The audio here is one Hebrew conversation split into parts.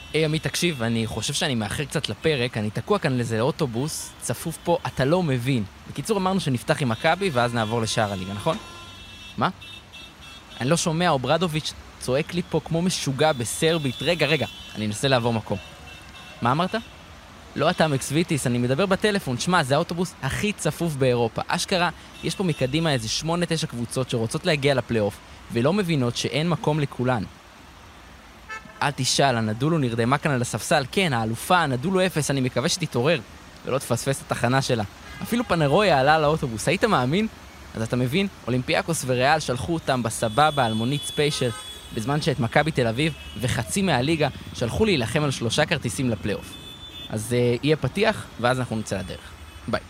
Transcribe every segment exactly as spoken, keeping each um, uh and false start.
היי, עמית, תקשיב, אני חושב שאני מאחר קצת לפרק, אני תקוע כאן לאיזה אוטובוס, צפוף פה, אתה לא מבין. בקיצור, אמרנו שנפתח עם מכבי, ואז נעבור לשאר הליגה, נכון? מה? אני לא שומע, אוברדוביץ' צועק לי פה כמו משוגע בסרבית. רגע, רגע, אני אנסה לעבור מקום. מה אמרת? לא אתה מקסוויטיס, אני מדבר בטלפון. שמע, זה האוטובוס הכי צפוף באירופה. אשכרה, יש פה מקדימה איזה שמונה תשע קבוצות שרוצות להגיע לפלייאוף, ולא מבינות שאין מקום לכולן. אל תשאל, הנדולו נרדמה כאן על הספסל. כן, האלופה, הנדולו אפס, אני מקווה שתתעורר ולא תפספס את התחנה שלה. אפילו פנרויה עלה על האוטובוס, היית מאמין? אז אתה מבין, אולימפיאקוס וריאל שלחו אותם בסבבה על מונית ספיישל, בזמן שאת מכבי תל אביב וחצי מהליגה שלחו להילחם על שלושה כרטיסים לפלייאוף. אז uh, יהיה פתיח, ואז אנחנו נצא לדרך. ביי.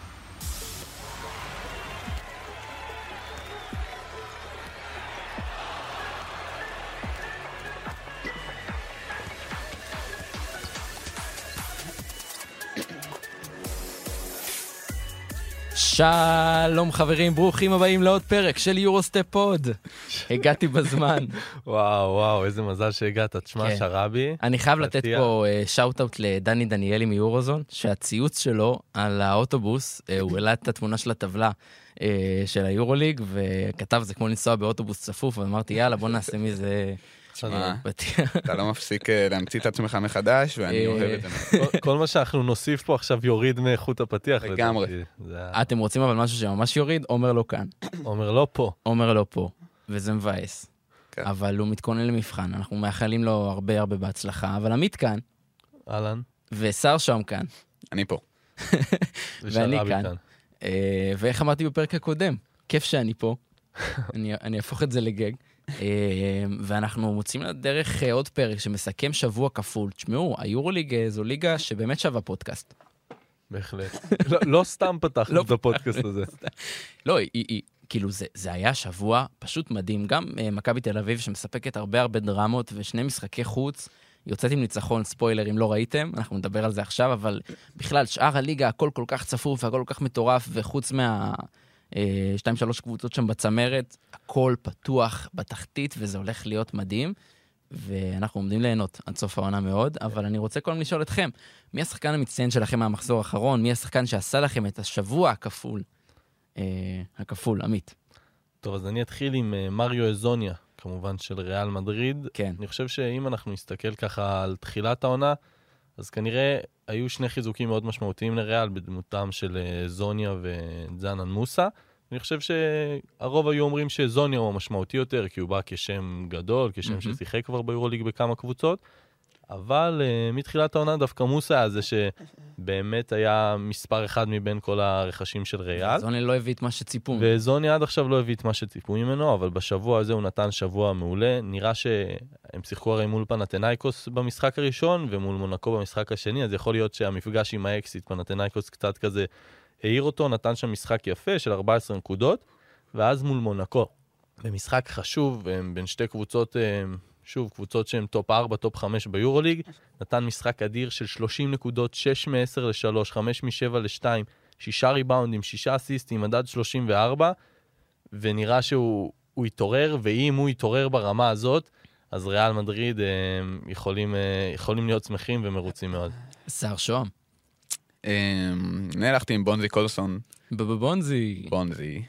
שלום חברים, ברוכים הבאים לעוד פרק של יורוסטפ פוד. הגעתי בזמן. וואו, וואו, איזה מזל שהגעת. תשמע, שרבי. אני חייב לתת פה שאוט-אוט לדני דניאלי מיורוזון, שהציוץ שלו על האוטובוס, הוא העלה את התמונה של הטבלה של היורוליג, וכתב זה כמו לנסוע באוטובוס צפוף, ואמרתי, יאללה, בוא נעשה מזה... אתה לא מפסיק להמציא את עצמך מחדש, ואני אוהב את זה. כל מה שאנחנו נוסיף פה עכשיו יוריד מאיכות הפתיח. לגמרי. אתם רוצים אבל משהו שממש יוריד? עומר לא כאן. עומר לא פה. עומר לא פה, וזה מבאס. אבל הוא מתכונן למבחן, אנחנו מאחלים לו הרבה הרבה בהצלחה, אבל עמית כאן. אהלן. ושר שם כאן. אני פה. ואני כאן. ואיך אמרתי בפרק הקודם? כיף שאני פה. אני אהפוך את זה לגג. ואנחנו מוצאים לדרך עוד פרק שמסכם שבוע כפול. תשמעו, היורוליג זו ליגה שבאמת שווה פודקאסט. בהחלט. לא סתם פתחנו את הפודקאסט הזה. לא, כאילו זה היה שבוע פשוט מדהים. גם מכבי תל אביב שמספקת הרבה הרבה דרמות ושני משחקי חוץ. יוצאת עם ניצחון, ספוילר אם לא ראיתם, אנחנו נדבר על זה עכשיו, אבל בכלל שאר הליגה הכל כל כך צפוף והכל כל כך מטורף, וחוץ מה... שתיים שלוש קבוצות שם בצמרת, הכל פתוח בתחתית, וזה הולך להיות מדהים, ואנחנו עומדים ליהנות עד סוף העונה מאוד, אבל אני רוצה קודם לשאול אתכם, מי השחקן המצטיין שלכם מהמחזור האחרון? מי השחקן שעשה לכם את השבוע הכפול? הכפול, עמית. טוב, אז אני אתחיל עם מריו אזוניה, כמובן של ריאל מדריד. כן. אני חושב שאם אנחנו נסתכל ככה על תחילת העונה, אז כנראה היו שני חיזוקים מאוד משמעותיים לריאל בדמותם של זוניה וז'אנן מוסה. אני חושב שהרוב היו אומרים שזוניה הוא המשמעותי יותר, כי הוא בא כשם גדול, כשם mm-hmm. ששיחק כבר ביורוליג בכמה קבוצות. אבל uh, מתחילת העונה דווקא מוסה היה זה שבאמת היה מספר אחד מבין כל הרכשים של ריאל. זוניה לא הביא את מה שציפו. וזוניה עד עכשיו לא הביא את מה שציפו ממנו, אבל בשבוע הזה הוא נתן שבוע מעולה. נראה שהם שיחקו הרי מול פנתנייקוס במשחק הראשון, ומול מונקו במשחק השני, אז יכול להיות שהמפגש עם האקסיט פנתנייקוס קצת כזה העיר אותו, נתן שם משחק יפה של ארבע עשרה נקודות, ואז מול מונקו. במשחק חשוב, בין שתי קבוצות... שוב, קבוצות שהן טופ ארבע, טופ חמש ביורוליג, נתן משחק אדיר של שלושים נקודות, שש מ-עשר ל-שלוש, חמש מ-שבע ל-שתיים, שישה ריבאונדים, שישה אסיסטים, מדד שלושים וארבע, ונראה שהוא הוא יתעורר, ואם הוא יתעורר ברמה הזאת, אז ריאל מדריד יכולים, יכולים להיות שמחים ומרוצים מאוד. שר שוהם. אני הלכתי עם בונזי קולסון. בבונזי. בונזי.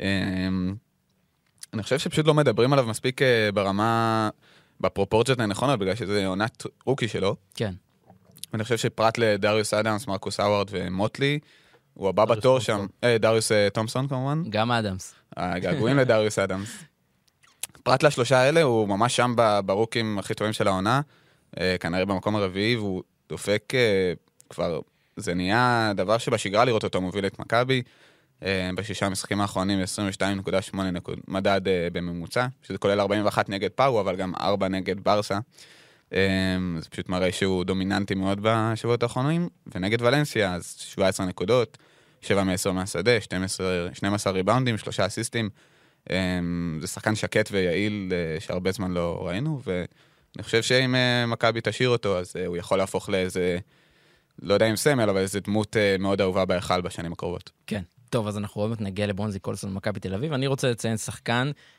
אני חושב שפשוט לא מדברים עליו מספיק ברמה, בפרופורציות הנכונות, בגלל שזה עונת רוקי שלו. כן. ואני חושב שפרט לדריוס אדמס, מרקוס האוורד ומוטלי, הוא הבא בתור שם, דריוס תומסון כמובן. גם אדמס. געגועים לדריוס אדמס. פרט לשלושה האלה, הוא ממש שם ברוקים הכי טובים של העונה, כנראה במקום הרביעי, והוא דופק כבר, זה נהיה דבר שבשגרה לראות אותו מוביל את מכבי, בשישה המשחקים האחרונים עשרים ושתיים נקודה שמונה נקוד מדד בממוצע, שזה כולל ארבעים ואחת נגד פאו, אבל גם ארבע נגד ברסה. זה פשוט מראה שהוא דומיננטי מאוד בשבועות האחרונים, ונגד ולנסיה, אז שבע עשרה נקודות, שבע מעשר מהשדה, שנים עשר ריבאונדים, שלושה אסיסטים. זה שחקן שקט ויעיל שהרבה זמן לא ראינו, ואני חושב שאם מכבי תשאיר אותו, אז הוא יכול להפוך לאיזה, לא יודע אם סמל, אבל איזה דמות מאוד אהובה בהיכל בשנים הקרובות. כן. טוב, אז אנחנו עוד מעט נגיע לבונזי קולסון מכבי תל אביב. אני רוצה לציין שחקן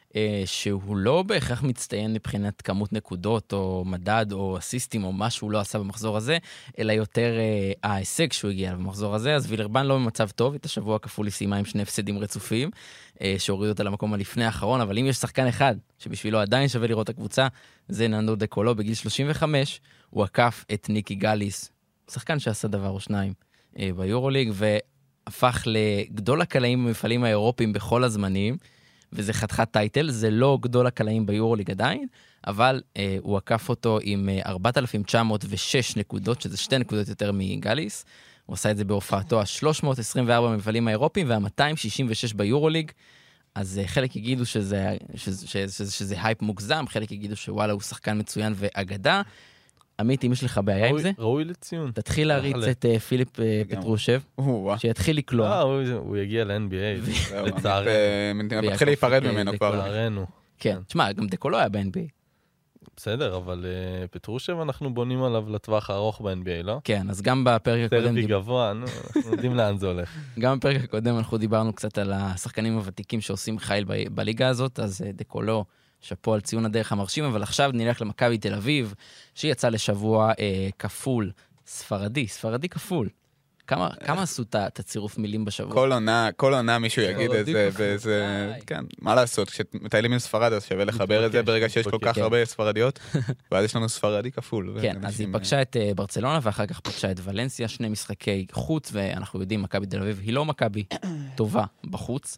שהוא לא בהכרח מצטיין מבחינת כמות נקודות או מדד או אסיסטים או מה שהוא לא עשה במחזור הזה, אלא יותר ההישג שהוא הגיע במחזור הזה. אז וילרבן לא במצב טוב, את השבוע כפול היא סיימה עם שני הפסדים רצופים, שהורידו אותה למקום הלפני האחרון, אבל אם יש שחקן אחד שבשבילו עדיין שווה לראות את הקבוצה, זה ננדו דקולו בגיל שלושים וחמש, הוא עקף את ניקי גליס, שחקן שעשה דבר או שניים ביורוליג, והפך לגדול הקלעים במפעלים האירופיים בכל הזמנים, וזה חתיכת טייטל, זה לא גדול הקלעים ביורוליג עדיין, אבל אה, הוא עקף אותו עם ארבעת אלפים תשע מאות ושש נקודות, שזה שתי נקודות יותר מגליס. הוא עשה את זה בהופעתו ה-שלוש מאות עשרים וארבע במפעלים האירופיים, וה-מאתיים שישים ושש ביורוליג. אז אה, חלק יגידו שזה, שזה, שזה, שזה, שזה הייפ מוגזם, חלק יגידו שוואלה הוא שחקן מצוין ואגדה. עמית, אם יש לך בעיה עם זה? ראוי לציון. תתחיל להריץ את uh, פיליפ uh, פטרושב, שיתחיל לקלוע. אה, הוא יגיע ל-אן בי איי, לצערנו. מתחיל להיפרד ממנו כבר. לצערנו. כן, תשמע, גם דקו לא היה ב-אן בי איי. בסדר, אבל פטרושב אנחנו בונים עליו לטווח הארוך ב-אן בי איי, לא? כן, אז גם בפרק הקודם... סרטי גבוה, אנחנו יודעים לאן זה הולך. גם בפרק הקודם אנחנו דיברנו קצת על השחקנים הוותיקים שעושים חייל בליגה הזאת, אז דקו לא... שפו על ציון הדרך המרשים, אבל עכשיו נלך למכבי תל אביב, שיצא לשבוע אה, כפול, ספרדי, ספרדי כפול. כמה, כמה עשו את הצירוף מילים בשבוע? כל עונה, כל עונה מישהו יגיד את זה, וזה, כן, מה לעשות, כשמטיילים עם ספרד, אז שווה לחבר את זה ברגע שיש כל כך הרבה ספרדיות, ואז יש לנו ספרדי כפול. כן, אז היא פגשה את ברצלונה, ואחר כך פגשה את ולנסיה, שני משחקי חוץ, ואנחנו יודעים, מכבי תל אביב היא לא מכבי טובה בחוץ,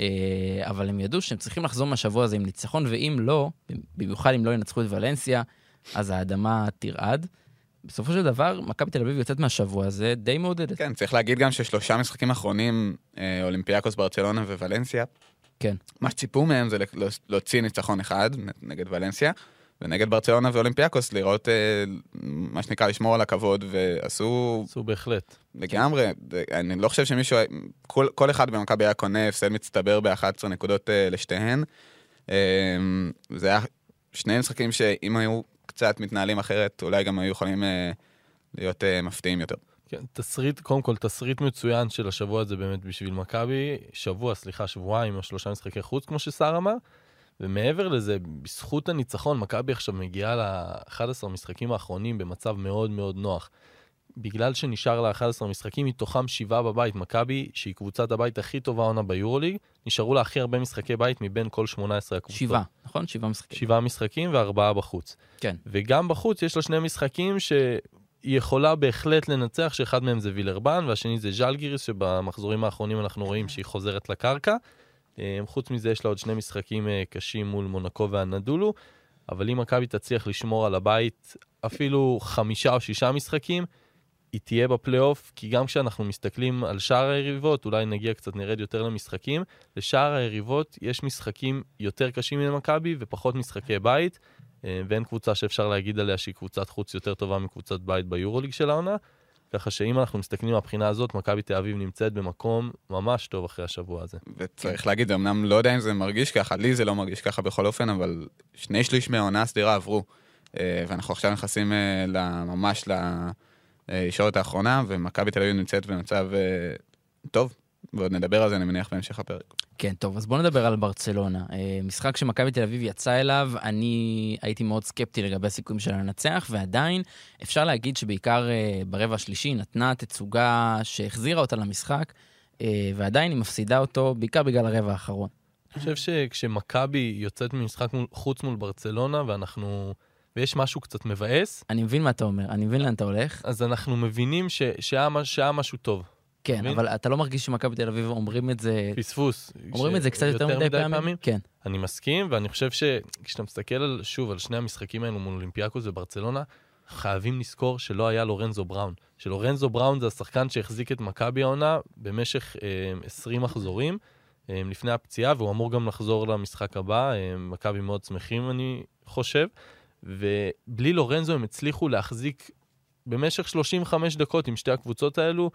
אבל הם ידעו שהם צריכים לחזור מהשבוע הזה עם ניצחון, ואם לא, במיוחד אם לא ינצחו את ולנסיה, אז האדמה תרעד. בסופו של דבר, מכבי תל אביב יוצאת מהשבוע הזה די מעודדת. כן, צריך להגיד גם ששלושה משחקים אחרונים, אולימפיאקוס, ברצלונה וולנסיה, כן. מה שציפו מהם זה להוציא ניצחון אחד נגד ולנסיה, ונגד ברצלונה ואולימפיאקוס לראות, מה שנקרא, לשמור על הכבוד, ועשו... עשו בהחלט. לגמרי, אני לא חושב שמישהו, כל, כל אחד במכבי היה קונה, הפסד מצטבר ב-אחת עשרה נקודות לשתיהן. זה היה שני משחקים שאם היו קצת מתנהלים אחרת, אולי גם היו יכולים להיות מפתיעים יותר. כן, תסריט, קודם כל, תסריט מצוין של השבוע הזה באמת בשביל מכבי, שבוע, סליחה, שבועיים או שלושה משחקי חוץ, כמו ששר אמר, ומעבר לזה, בזכות הניצחון, מכבי עכשיו מגיעה ל-אחד עשר משחקים האחרונים במצב מאוד מאוד נוח. בגלל שנשאר ל-אחד עשר משחקים, מתוכם שבעה בבית. מכבי, שהיא קבוצת הבית הכי טובה עונה ביורוליג, נשארו לה הכי הרבה משחקי בית מבין כל שמונה עשרה הקבוצות. שבעה, נכון? שבעה משחקים. שבעה משחקים וארבעה בחוץ. כן. וגם בחוץ יש לה שני משחקים שהיא יכולה בהחלט לנצח, שאחד מהם זה וילרבן, והשני זה ז'לגיריס, שבמחזורים האחרונים אנחנו רואים שהיא חוזרת לקרקע. חוץ מזה יש לה עוד שני משחקים קשים מול מונקו והנדולו, אבל אם מכבי תצליח לשמור על הבית אפילו חמישה או שישה משחקים, היא תהיה בפלייאוף, כי גם כשאנחנו מסתכלים על שאר היריבות, אולי נגיע קצת נרד יותר למשחקים, לשאר היריבות יש משחקים יותר קשים ממכבי ופחות משחקי בית, ואין קבוצה שאפשר להגיד עליה שהיא קבוצת חוץ יותר טובה מקבוצת בית ביורוליג של העונה, ככה שאם אנחנו מסתכלים מהבחינה הזאת, מכבי תל אביב נמצאת במקום ממש טוב אחרי השבוע הזה. וצריך להגיד, זה אמנם לא יודע אם זה מרגיש ככה, לי זה לא מרגיש ככה בכל אופן, אבל שני שליש מהעונה הסדירה עברו, ואנחנו עכשיו נכנסים ממש לישורת האחרונה, ומכבי תל אביב נמצאת במצב טוב, ועוד נדבר על זה, אני מניח, בהמשך הפרק. כן, טוב, אז בואו נדבר על ברצלונה. משחק שמכבי תל אביב יצא אליו, אני הייתי מאוד סקפטי לגבי הסיכויים שלה לנצח, ועדיין אפשר להגיד שבעיקר ברבע השלישי נתנה תצוגה שהחזירה אותה למשחק, ועדיין היא מפסידה אותו, בעיקר בגלל הרבע האחרון. אני חושב שכשמכבי יוצאת ממשחק חוץ מול ברצלונה, ואנחנו... ויש משהו קצת מבאס. אני מבין מה אתה אומר, אני מבין לאן אתה הולך. אז אנחנו מבינים ש... שהיה משהו טוב. כן, אבל אתה לא מרגיש שמכבי תל אביב אומרים את זה... פספוס. אומרים את זה קצת יותר מדי פעמים? כן. אני מסכים, ואני חושב שכשאתה מסתכל שוב על שני המשחקים האלו מול אולימפיאקוס וברצלונה, חייבים לזכור שלא היה לורנזו בראון. שלורנזו בראון זה השחקן שהחזיק את מכבי העונה במשך עשרים מחזורים לפני הפציעה, והוא אמור גם לחזור למשחק הבא. מכבי מאוד שמחים, אני חושב. ובלי לורנזו הם הצליחו להחזיק במשך שלושים וחמש דקות עם שתי הקבוצות האלו,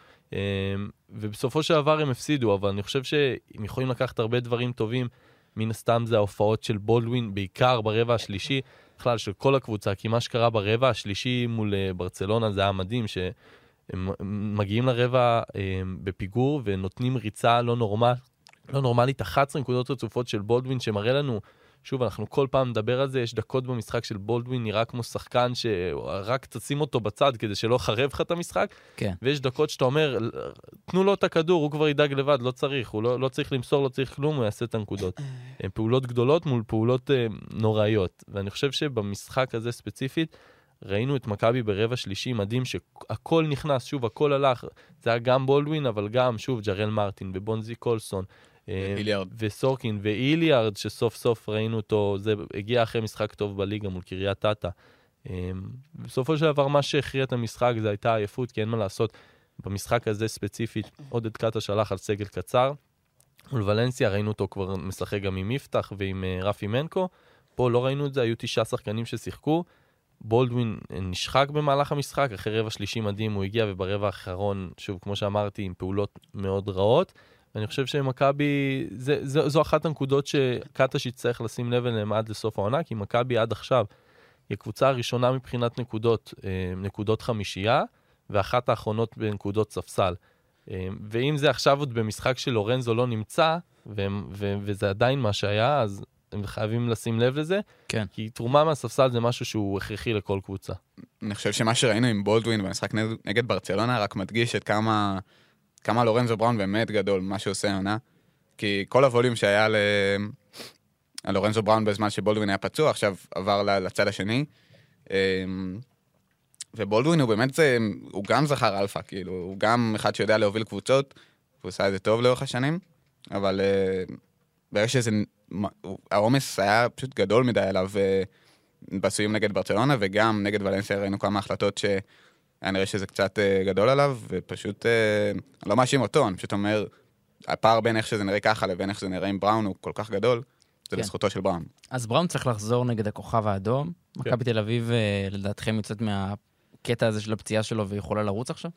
ובסופו של דבר הם הפסידו, אבל אני חושב שהם יכולים לקחת הרבה דברים טובים, מן הסתם זה ההופעות של בולדווין, בעיקר ברבע השלישי, בכלל של כל הקבוצה, כי מה שקרה ברבע השלישי מול ברצלונה זה היה מדהים, שהם מגיעים לרבע בפיגור ונותנים ריצה לא נורמל, לא נורמלית, אחת עשרה נקודות רצופות של בולדווין, שמראה לנו שוב, אנחנו כל פעם נדבר על זה, יש דקות במשחק של בולדווין, נראה כמו שחקן שרק תשים אותו בצד כדי שלא חרב לך את המשחק, כן. ויש דקות שאתה אומר, תנו לו את הכדור, הוא כבר ידאג לבד, לא צריך, הוא לא, לא צריך למסור, לא צריך כלום, הוא יעשה את הנקודות. פעולות גדולות מול פעולות אה, נוראיות, ואני חושב שבמשחק הזה ספציפית, ראינו את מכבי ברבע שלישי מדהים, שהכל נכנס, שוב, הכל הלך, זה היה גם בולדווין, אבל גם, שוב, ג'רל מרטין ובונזי קולסון, איליארד. וסורקין ואיליארד, שסוף סוף ראינו אותו, זה הגיע אחרי משחק טוב בליגה מול קריית אתא. בסופו של דבר, מה שהכריע את המשחק זה הייתה עייפות, כי אין מה לעשות. במשחק הזה ספציפית, עודד קאטה שלח על סגל קצר, מול ולנסיה ראינו אותו כבר משחק גם עם מפתח ועם רפי מנקו, פה לא ראינו את זה, היו תשעה שחקנים ששיחקו, בולדווין נשחק במהלך המשחק, אחרי רבע שלישי מדהים הוא הגיע, וברבע האחרון, שוב, כמו שאמרתי, עם פעולות מאוד רעות, ואני חושב שמכבי, זה, זה, זו אחת הנקודות שקאטה שיצטרך לשים לב אליהם עד לסוף העונה, כי מכבי עד עכשיו היא הקבוצה הראשונה מבחינת נקודות, נקודות חמישייה, ואחת האחרונות בנקודות ספסל. ואם זה עכשיו עוד במשחק של לורנזו לא נמצא, ו- ו- וזה עדיין מה שהיה, אז הם חייבים לשים לב לזה, כן. כי תרומה מהספסל זה משהו שהוא הכרחי לכל קבוצה. אני חושב שמה שראינו עם בולדווין במשחק נגד ברצלונה, רק מדגיש את כמה, כמה לורנזו בראון באמת גדול, מה שעושה עונה, כי כל הווליום שהיה ל... על לורנזו בראון בזמן שבולדווין היה פצוע, עכשיו עבר לצד השני, ובולדווין הוא באמת, זה, הוא גם זכר אלפא, כאילו, הוא גם אחד שיודע להוביל קבוצות, הוא עושה את זה טוב לאורך השנים, אבל ברגע שזה, העומס היה פשוט גדול מדי עליו בסיום נגד ברצלונה, וגם נגד ולנסיה ראינו כמה החלטות שהיה נראה שזה קצת גדול עליו, ופשוט, אני לא מאשים אותו, אני פשוט אומר, הפער בין איך שזה נראה ככה לבין איך שזה נראה עם בראון הוא כל כך גדול, זה כן. לזכותו של בראון. אז בראון צריך לחזור נגד הכוכב האדום. כן. מכבי תל אביב, לדעתכם, יוצאת מהקטע הזה של הפציעה שלו ויכולה לרוץ עכשיו?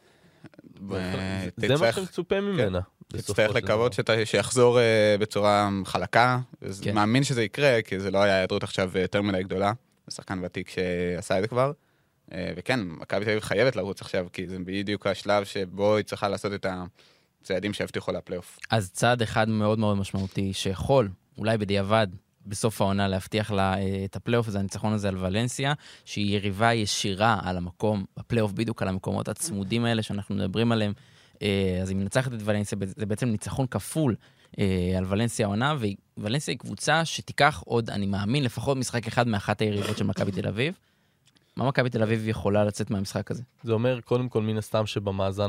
זה מה שמצופה ממנה. תצטרך לקוות שיחזור בצורה חלקה, מאמין שזה יקרה, כי זה לא היה היעדרות עכשיו יותר מדי גדולה, זה שחקן ותיק שעשה את זה כבר, וכן, מכבי תל אביב חייבת לרוץ עכשיו, כי זה בדיוק השלב שבו היא צריכה לעשות את הצעדים שהבטיחו לפלייאוף. אז צעד אחד מאוד מאוד משמעותי שיכול, אולי בדיעבד, בסוף העונה להבטיח לה את הפלייאוף, זה הניצחון הזה על ולנסיה, שהיא יריבה ישירה על המקום, בפלייאוף בדיוק על המקומות הצמודים האלה שאנחנו מדברים עליהם, אז היא מנצחת את ולנסיה, זה בעצם ניצחון כפול על ולנסיה העונה, וולנסיה היא קבוצה שתיקח עוד, אני מאמין, לפחות משחק אחד מאחת היריבות של מכבי תל אביב. מה מכבי תל אביב יכולה לצאת מהמשחק הזה? זה אומר, קודם כל, מן הסתם שבמאזן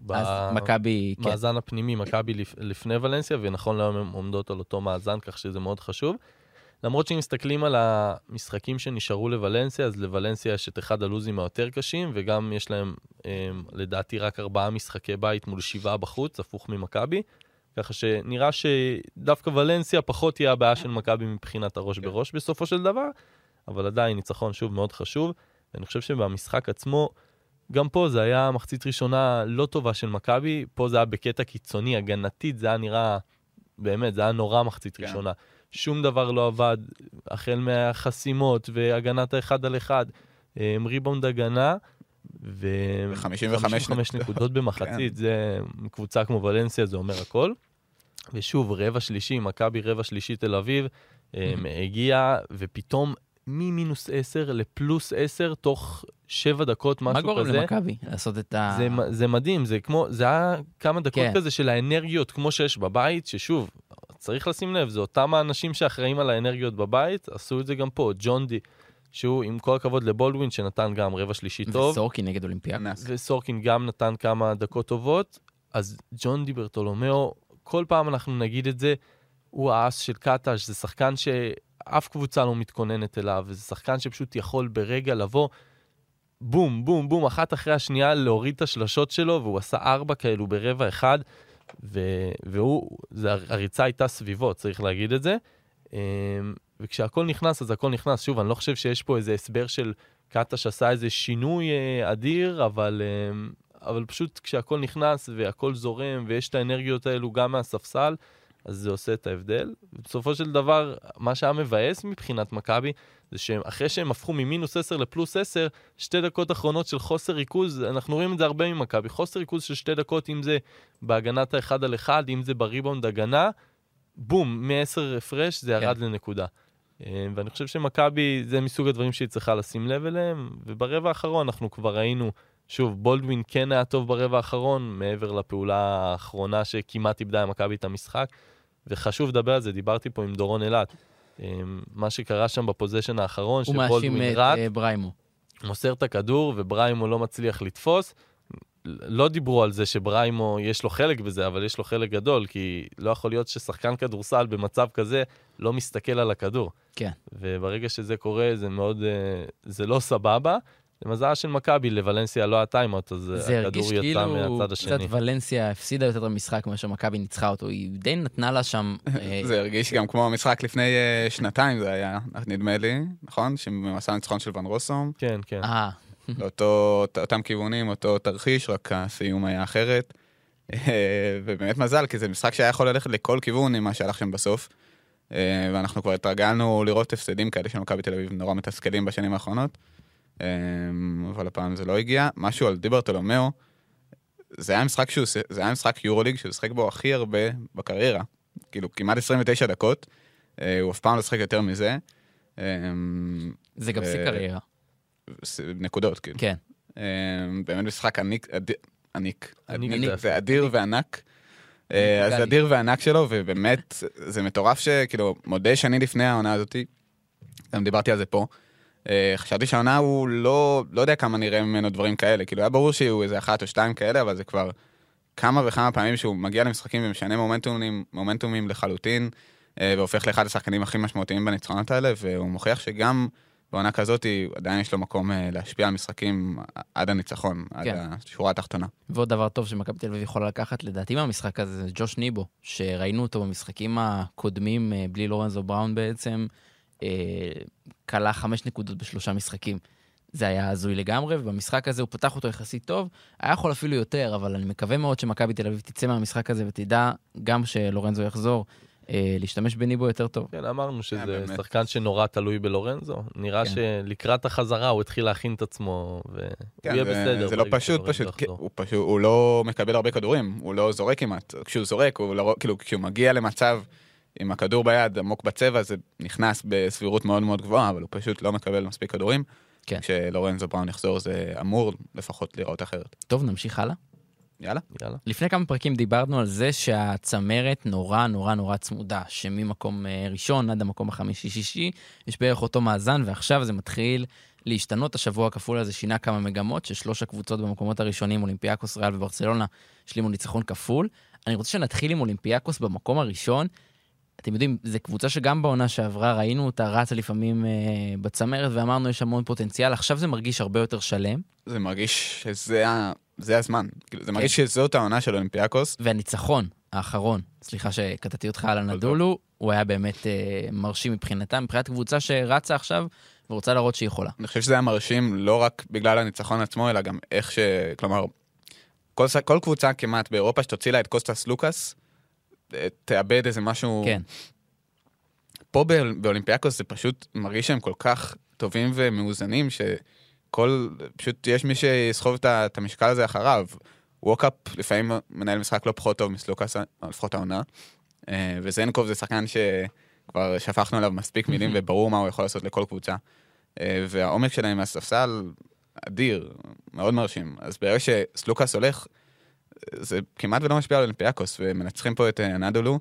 מכבי, כן. מאזן הפנימי, מכבי לפני ולנסיה, ונכון להיום הם עומדות על אותו מאזן, כך שזה מאוד חשוב. למרות שאם מסתכלים על המשחקים שנשארו לוולנסיה, אז לוולנסיה יש את אחד הלוזים היותר קשים, וגם יש להם, לדעתי, רק ארבעה משחקי בית מול שבעה בחוץ, הפוך ממכבי. ככה שנראה שדווקא ולנסיה פחות תהיה הבעיה של מכבי מבחינת הראש בראש בסופו של דבר, אבל עדיין ניצחון שוב מאוד חשוב. ואני חושב שבמשחק עצמו, גם פה זה היה מחצית ראשונה לא טובה של מכבי, פה זה היה בקטע קיצוני, הגנתית, זה היה נראה, באמת, זה היה נורא מחצית כן. ראשונה. שום דבר לא עבד, החל מהחסימות והגנת האחד על אחד, ריבאונד הגנה, ו-חמישים וחמש נקודות במחצית, זה קבוצה כמו ולנסיה, זה אומר הכל. ושוב, רבע שלישי, מכבי רבע שלישי תל אביב, הגיע, ופתאום ממינוס עשר לפלוס עשר, תוך שבע דקות, משהו כזה. מה גורם למכבי לעשות את ה... זה, זה מדהים, זה כמו, זה היה כמה דקות כן. כזה של האנרגיות, כמו שיש בבית, ששוב, צריך לשים לב, זה אותם האנשים שאחראים על האנרגיות בבית, עשו את זה גם פה, ג'ון די, שהוא עם כל הכבוד לבולדווין, שנתן גם רבע שלישי טוב. וסורקין נגד אולימפיאקוס. וסורקין גם נתן כמה דקות טובות, אז ג'ון די ברטולומיאו, כל פעם אנחנו נגיד את זה, הוא האס של קטש, זה שחקן שאף קבוצה לא מתכוננת אליו, וזה שחקן שפשוט יכול ברגע לבוא, בום, בום, בום, אחת אחרי השנייה להוריד את השלשות שלו, והוא עשה ארבע כאלו ברבע אחד, ו- והוא, זה, הריצה הייתה סביבו, צריך להגיד את זה, וכשהכל נכנס, אז הכל נכנס. שוב, אני לא חושב שיש פה איזה הסבר של קטש עשה איזה שינוי אדיר, אבל, אבל פשוט כשהכל נכנס והכל זורם, ויש את האנרגיות האלו גם מהספסל, אז זה עושה את ההבדל. בסופו של דבר, מה שהיה מבאס מבחינת מכבי, זה שאחרי שהם הפכו ממינוס עשר לפלוס עשר, שתי דקות אחרונות של חוסר ריכוז, אנחנו רואים את זה הרבה ממכבי, חוסר ריכוז של שתי דקות, אם זה בהגנת האחד על אחד, אם זה בריבאונד הגנה, בום, מ-עשר הפרש זה ירד כן. לנקודה. ואני חושב שמכבי זה מסוג הדברים שהיא צריכה לשים לב אליהם, וברבע האחרון אנחנו כבר ראינו, שוב, בולדווין כן היה טוב ברבע האחרון, מעבר לפעולה האחרונה שכמעט איבדה עם מכבי את המשחק, וחשוב לדבר על זה, דיברתי פה עם דורון אלת, מה שקרה שם בפוזיישן האחרון, שבולדווין רט, הוא מאשים את בריימו. מוסר את הכדור, ובריימו לא מצליח לתפוס, לא דיברו על זה שבריימו יש לו חלק בזה, אבל יש לו חלק גדול, כי לא יכול להיות ששחקן כדורסל במצב כזה לא מסתכל על הכדור. כן. וברגע שזה קורה, זה מאוד, זה לא סבבה. למזל של מכבי, לוולנסיה לא הטיימאוט, אז הכדור יצא מהצד השני. זה הרגיש כאילו קצת ולנסיה הפסידה יותר במשחק מאשר מכבי ניצחה אותו, היא די נתנה לה שם... זה הרגיש גם כמו המשחק לפני שנתיים, זה היה, נדמה לי, נכון? שמסע ניצחון של ון רוסום. כן, כן. אה. לאותו, אותם כיוונים, אותו תרחיש, רק הסיום היה אחרת. ובאמת מזל, כי זה משחק שהיה יכול ללכת לכל כיוון עם מה שהלך שם בסוף. ואנחנו כבר התרגלנו לראות הפסדים כאלה של מכבי תל אביב נורא מתסכלים בשנים האחרונות. אבל הפעם זה לא הגיע. משהו על דיברטולומיאו, זה היה משחק שהוא, זה היה משחק יורוליג שהוא שחק בו הכי הרבה בקריירה. כאילו, כמעט עשרים ותשע דקות. הוא אף פעם לא שחק יותר מזה. זה גם שיא קריירה. נקודות, כאילו. כן. באמת משחק עניק, עניק. זה אדיר וענק. אז זה אדיר וענק שלו, ובאמת, זה מטורף שכאילו, מודה שאני לפני העונה הזאת, גם דיברתי על זה פה, חשבתי שהעונה הוא לא, לא יודע כמה נראה ממנו דברים כאלה, כאילו היה ברור שהוא איזה אחת או שתיים כאלה, אבל זה כבר כמה וכמה פעמים שהוא מגיע למשחקים ומשנה מומנטומים, מומנטומים לחלוטין, והופך לאחד השחקנים הכי משמעותיים בניצחונות האלה, והוא מוכיח שגם בעונה כזאת עדיין יש לו מקום להשפיע על משחקים עד הניצחון, עד כן. השורה התחתונה. ועוד דבר טוב שמכבי תל אביב יכולה לקחת, לדעתי מהמשחק הזה, זה ג'וש ניבו, שראינו אותו במשחקים הקודמים, בלי לורנזו בראון בעצם, קלה חמש נקודות בשלושה משחקים. זה היה הזוי לגמרי, ובמשחק הזה הוא פתח אותו יחסית טוב, היה יכול אפילו יותר, אבל אני מקווה מאוד שמכבי תל אביב תצא מהמשחק הזה ותדע גם שלורנזו יחזור, להשתמש בניבו יותר טוב. כן, אמרנו שזה שחקן שנורא תלוי בלורנזו. נראה שלקראת החזרה הוא התחיל להכין את עצמו, והוא יהיה בסדר. זה לא פשוט, פשוט. הוא לא מקבל הרבה כדורים, הוא לא זורק כמעט. כשהוא זורק, כשהוא מגיע למצב עם הכדור ביד, עמוק בצבע, זה נכנס בסבירות מאוד מאוד גבוהה, אבל הוא פשוט לא מקבל מספיק כדורים. כשלורנזו בראון יחזור, זה אמור לפחות לראות אחרת. טוב, נמשיך הלאה. יאללה. יאללה. לפני כמה פרקים דיברנו על זה שהצמרת נורא נורא נורא צמודה, שממקום ראשון עד המקום החמישי-שישי, יש בערך אותו מאזן, ועכשיו זה מתחיל להשתנות. השבוע הכפול הזה שינה כמה מגמות, ששלוש הקבוצות במקומות הראשונים, אולימפיאקוס, ריאל וברצלונה, השלימו ניצחון כפול. אני רוצה שנתחיל עם אולימפיאקוס במקום הראשון. אתם יודעים, זו קבוצה שגם בעונה שעברה ראינו אותה רצה לפעמים אה, בצמרת, ואמרנו יש המון פוטנציאל. עכשיו זה מרגיש הרבה יותר שלם. זה מרגיש שזה ה... זה הזמן. זה מרגיש שזאת העונה של אולימפיאקוס. והניצחון האחרון, סליחה שקטעתי אותך על הנדולו, הוא היה באמת אה, מרשים מבחינתה, מבחינת קבוצה שרצה עכשיו ורוצה להראות שהיא יכולה. אני חושב שזה היה מרשים לא רק בגלל הניצחון עצמו, אלא גם איך ש... כלומר, כל, כל קבוצה כמעט באירופה שתוציא לה את קוסטס לוקאס, תאבד איזה משהו... כן. פה באולימפיאקוס זה פשוט מרגיש שהם כל כך טובים ומאוזנים, שכל... פשוט יש מי שיסחוב את המשקל הזה אחריו. ווקאפ לפעמים מנהל משחק לא פחות טוב מסלוקאס, לפחות העונה. וזנקוב זה שחקן שכבר שפכנו עליו מספיק מילים, וברור מה הוא יכול לעשות לכל קבוצה. והעומק שלהם מהספסל אדיר, מאוד מרשים. אז ברגע שסלוקאס הולך, זה כמעט ולא משפיע על אולימפיאקוס, ומנצחים פה את נדולו,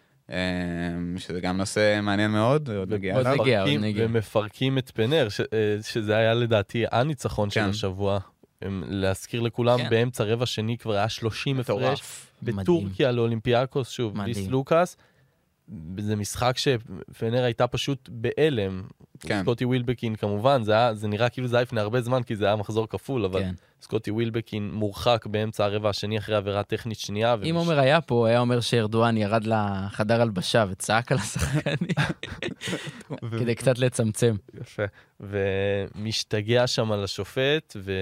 שזה גם נושא מעניין מאוד, עוד נגיע עליו. ומפרקים את פנר, שזה היה לדעתי הניצחון של השבוע. להזכיר לכולם, באמצע רבע שני כבר היה שלושים הפרש, בטורקיה לאולימפיאקוס, שוב, ביס לוקאס. זה משחק שפנר הייתה פשוט באלם. סקוטי ווילבקין כמובן, זה נראה כאילו זה היה לפני הרבה זמן, כי זה היה מחזור כפול, אבל סקוטי ווילבקין מורחק באמצע הרבע השני אחרי עבירה טכנית שנייה. אם עומר היה פה, היה אומר שארדואן ירד לחדר הלבשה וצעק על השחקנים, כדי קצת לצמצם. יפה. ומשתגע שם על השופט, ו...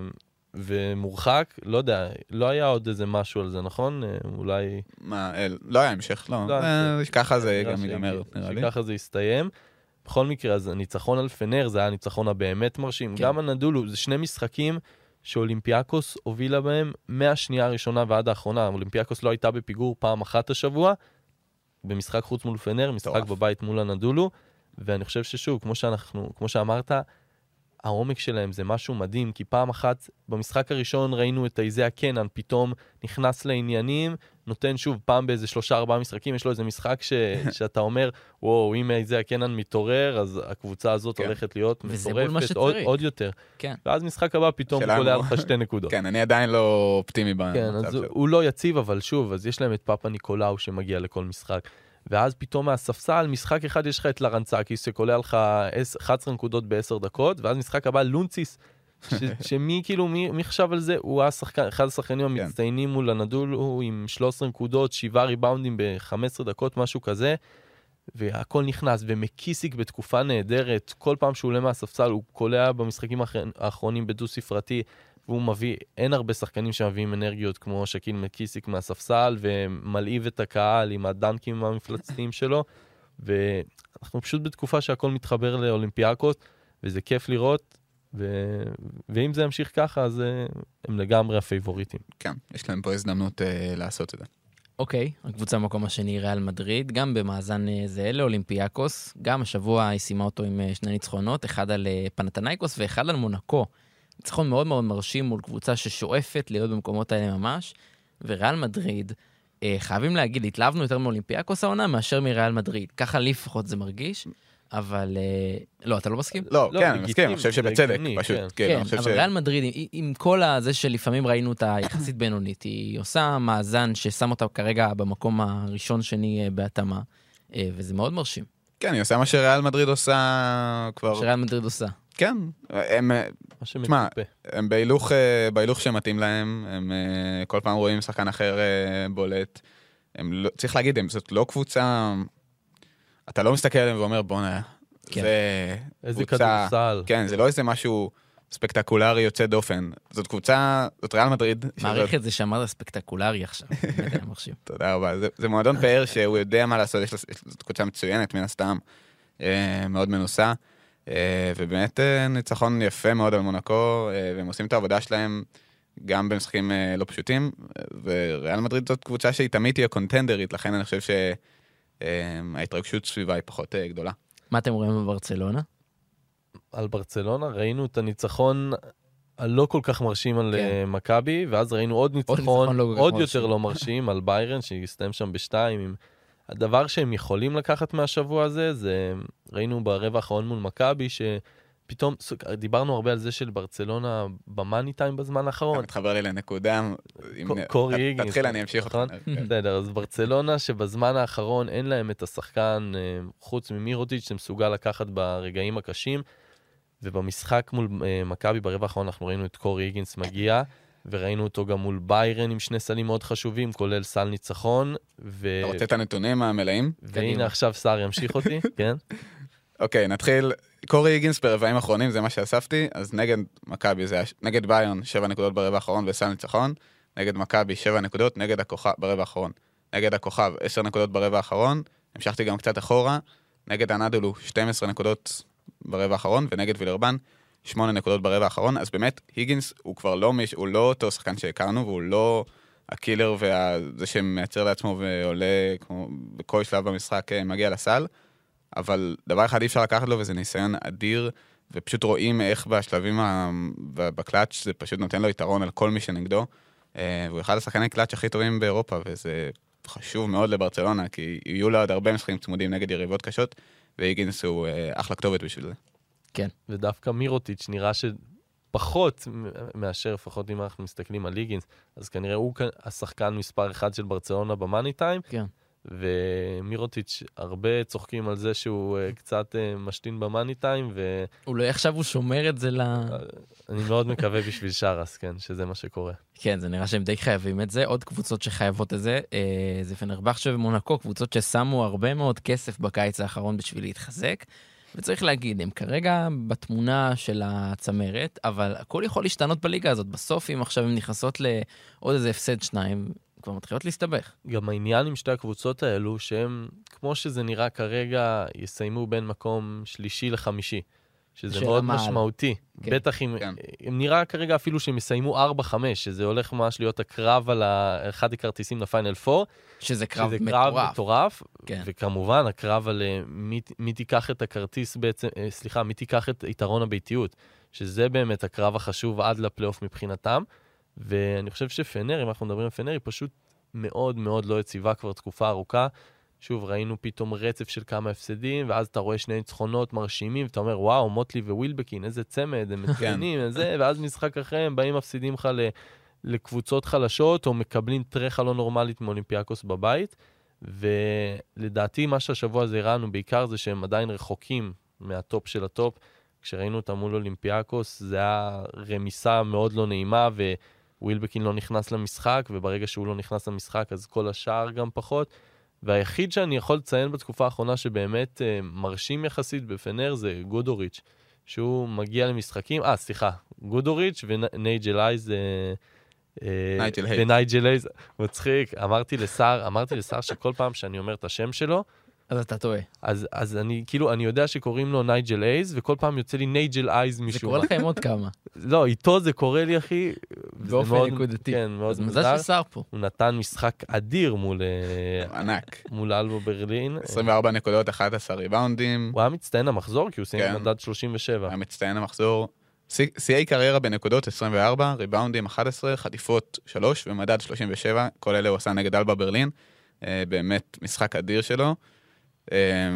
ומורחק, לא יודע, לא היה עוד איזה משהו על זה, נכון? אולי... מה, לא היה המשך, לא. ככה זה גם ייגמר, נראה לי. ככה זה יסתיים. בכל מקרה, אז הניצחון על פנר, זה היה הניצחון הבאמת מרשים. גם הנדולו, זה שני משחקים שאולימפיאקוס הובילה בהם מהשנייה הראשונה ועד האחרונה. אולימפיאקוס לא הייתה בפיגור פעם אחת השבוע, במשחק חוץ מול פנר, משחק בבית מול הנדולו, ואני חושב ששוב, כמו שאנחנו, כמו שאמרת, העומק שלהם זה משהו מדהים, כי פעם אחת במשחק הראשון ראינו את איזיה קנן, פתאום נכנס לעניינים, נותן שוב פעם באיזה שלושה ארבעה משחקים, יש לו איזה משחק ש... שאתה אומר, וואו, אם איזיה קנן מתעורר, אז הקבוצה הזאת כן. הולכת להיות מטורפת עוד, עוד יותר. כן. ואז משחק הבא פתאום שלנו... קולה לך שתי נקודות. כן, אני עדיין לא אופטימי במצב כן, אז הוא, הוא לא יציב, אבל שוב, אז יש להם את פאפה ניקולאו שמגיע לכל משחק. ואז פתאום מהספסל, משחק אחד יש לך את לרנצקיס, שקולה לך אחת עשרה נקודות בעשר דקות, ואז משחק הבא, לונציס, ש- שמי כאילו, מי, מי חשב על זה? הוא השחקן, אחד השחקנים המצטיינים מול הנדול, הוא עם שלוש עשרה נקודות, שבעה ריבאונדים ב-חמש עשרה דקות, משהו כזה, והכל נכנס, ומקיסיק בתקופה נהדרת, כל פעם שהוא עולה מהספסל, הוא קולע במשחקים האחרונים בדו ספרתי, והוא מביא, אין הרבה שחקנים שמביאים אנרגיות כמו שקיל מקיסיק מהספסל, ומלהיב את הקהל עם הדנקים המפלצתיים שלו, ואנחנו פשוט בתקופה שהכל מתחבר לאולימפיאקוס, וזה כיף לראות, ו... ואם זה ימשיך ככה, אז הם לגמרי הפייבוריטים. כן, יש להם פה הזדמנות uh, לעשות את זה. אוקיי, okay, הקבוצה במקום השני ריאל מדריד, גם במאזן זהה לאולימפיאקוס, גם השבוע היא סיימה אותו עם שני ניצחונות, אחד על פנתנייקוס ואחד על מונקו. ניצחון מאוד מאוד מרשים מול קבוצה ששואפת להיות במקומות האלה ממש, וריאל מדריד, אה, חייבים להגיד, התלהבנו יותר מאולימפיאקוס העונה מאשר מריאל מדריד. ככה לפחות זה מרגיש, אבל... אה, לא, אתה לא מסכים? לא, לא כן, אני מסכים, אני חושב שבצדק, פשוט. כן, כן, כן אבל ש... ריאל מדריד, עם, עם כל הזה שלפעמים ראינו אותה יחסית בינונית, היא עושה מאזן ששם אותה כרגע במקום הראשון-שני בהתאמה, אה, וזה מאוד מרשים. כן, היא עושה מה שריאל מדריד עושה כבר... שריאל מדריד עושה. כן, הם... תשמע, הם בהילוך, בהילוך שמתאים להם, הם כל פעם רואים שחקן אחר בולט. הם לא, צריך להגיד, הם, זאת לא קבוצה, אתה לא מסתכל עליהם ואומר, בוא נהיה, כן. זה איזה קבוצה, כדורסל. כן, זה לא איזה משהו ספקטקולרי יוצא דופן. זאת קבוצה, זאת ריאל מדריד. מעריך שזאת... את זה שאמרת ספקטקולרי עכשיו. תודה רבה. זה, זה מועדון פאר שהוא יודע מה לעשות, יש זאת קבוצה מצוינת מן הסתם, מאוד מנוסה. ובאמת ניצחון יפה מאוד על מונקו, והם עושים את העבודה שלהם גם במשחקים לא פשוטים, וריאל מדריד זאת קבוצה שהיא תמיד תהיה קונטנדרית, לכן אני חושב שההתרגשות סביבה היא פחות גדולה. מה אתם רואים בברצלונה? על ברצלונה ראינו את הניצחון הלא כל כך מרשים על מכבי, ואז ראינו עוד ניצחון עוד יותר לא מרשים על ביירן, שהסתיים שם בשתיים עם... הדבר שהם יכולים לקחת מהשבוע הזה, זה ראינו ברבע האחרון מול מכבי, שפתאום, דיברנו הרבה על זה של ברצלונה במאני טיים בזמן האחרון. אתה מתחבר לי לנקודה. קורי היגינס. תתחיל, אני אמשיך אותך. בסדר, אז ברצלונה שבזמן האחרון אין להם את השחקן, חוץ ממירוטיץ' שמסוגל לקחת ברגעים הקשים, ובמשחק מול מכבי ברבע האחרון אנחנו ראינו את קורי היגינס מגיע, וראינו אותו גם מול ביירן עם שני סלים מאוד חשובים, כולל סל ניצחון. ו... אתה רוצה את הנתונים המלאים? והנה עכשיו שר ימשיך אותי, כן? אוקיי, נתחיל. קורי היגינס ברבעים האחרונים, זה מה שאספתי, אז נגד מכבי זה היה, נגד ביירן, שבע נקודות ברבע האחרון וסל ניצחון, נגד מכבי, שבע נקודות, נגד הכוכב, ברבע האחרון. נגד הכוכב, עשר נקודות ברבע האחרון, המשכתי גם קצת אחורה, נגד הנדולו, שתים עשרה נקודות ברבע האחרון, ונגד וילרבן, שמונה נקודות ברבע האחרון, אז באמת, היגינס הוא כבר לא מיש, הוא לא אותו שחקן שהכרנו, והוא לא הקילר וזה שמייצר לעצמו ועולה כמו בכל שלב במשחק מגיע לסל, אבל דבר אחד אי אפשר לקחת לו, וזה ניסיון אדיר, ופשוט רואים איך בשלבים בקלאץ' זה פשוט נותן לו יתרון על כל מי שנגדו, והוא אחד השחקני קלאץ' הכי טובים באירופה, וזה חשוב מאוד לברצלונה, כי יהיו לה עוד הרבה משחקים צמודים נגד יריבות קשות, והיגינס הוא אחלה כתובת בשביל זה. כן. ודווקא מירוטיץ' נראה שפחות מאשר, לפחות אם אנחנו מסתכלים על היגינס, אז כנראה הוא השחקן מספר אחד של ברצלונה במאני טיים, כן. ומירוטיץ' הרבה צוחקים על זה שהוא קצת משתין במאני טיים, ו... אולי עכשיו הוא שומר את זה ל... אני מאוד מקווה בשביל שרס, כן, שזה מה שקורה. כן, זה נראה שהם די חייבים את זה. עוד קבוצות שחייבות את זה, זה פנרבחצ'ה ומונקו, קבוצות ששמו הרבה מאוד כסף בקיץ האחרון בשביל להתחזק, וצריך להגיד, הם כרגע בתמונה של הצמרת, אבל הכל יכול להשתנות בליגה הזאת. בסוף, אם עכשיו הם נכנסות לעוד איזה הפסד שניים, כבר מתחילות להסתבך. גם העניין עם שתי הקבוצות האלו, שהם, כמו שזה נראה כרגע, יסיימו בין מקום שלישי לחמישי. שזה שאלה מאוד מעל. משמעותי. כן. בטח אם, כן. אם נראה כרגע אפילו שהם יסיימו ארבע חמש, שזה הולך ממש להיות הקרב על ה- אחד הכרטיסים לפיינל פור, שזה קרב שזה קרב מטורף. מטורף, כן. וכמובן הקרב על אה, מי, מי תיקח את הכרטיס בעצם, אה, סליחה, מי תיקח את יתרון הביתיות, שזה באמת הקרב החשוב עד לפלייאוף מבחינתם, ואני חושב שפנר, אם אנחנו מדברים על פנר, היא פשוט מאוד מאוד לא יציבה כבר תקופה ארוכה. שוב, ראינו פתאום רצף של כמה הפסדים, ואז אתה רואה שני ניצחונות מרשימים, ואתה אומר, וואו, מוטלי ווילבקין, איזה צמד, הם מצוינים, איזה, ואז משחק אחרי, הם באים מפסידים לך ל- לקבוצות חלשות, או מקבלים טרחה לא נורמלית מאולימפיאקוס בבית, ולדעתי מה שהשבוע הזה הראינו בעיקר זה שהם עדיין רחוקים מהטופ של הטופ. כשראינו אותם מול אולימפיאקוס, זה היה רמיסה מאוד לא נעימה, ווילבקין לא נכנס למשחק, וברגע שהוא לא נכנס למשחק, אז כל השאר גם פחות. והיחיד שאני יכול לציין בתקופה האחרונה שבאמת uh, מרשים יחסית בפנר זה גודוריץ', שהוא מגיע למשחקים, אה, סליחה, גודוריץ' ונייג'ל אייז, uh, נייג'ל הייז. ונייג'ל אייז, מצחיק, אמרתי לשר, אמרתי לשר שכל פעם שאני אומר את השם שלו, אז אתה טועה. אז, אז אני, כאילו, אני יודע שקוראים לו נייג'ל אייז, וכל פעם יוצא לי נייג'ל אייז זה משום קורה לך עם עוד כמה. לא, איתו זה קורה לי, אחי. וזה באופן מאוד- נקודתי. כן, מאוד אז מזל מוזר. ששר פה. הוא נתן משחק אדיר מול, אה, ענק. מול אלבו ברלין. עשרים וארבע נקודות, אחד עשר ריבאונדים. הוא היה מצטיין המחזור, כי הוא סיים כן. מדד שלושים ושבע. היה מצטיין המחזור. שיא- שיאי קריירה בנקודות עשרים וארבע, ריבאונדים אחת עשרה, חטיפות שלוש ומדד שלושים ושבע. כל אלה הוא עשה נגד אלבה ברלין. אה, באמת משחק אדיר שלו. אה,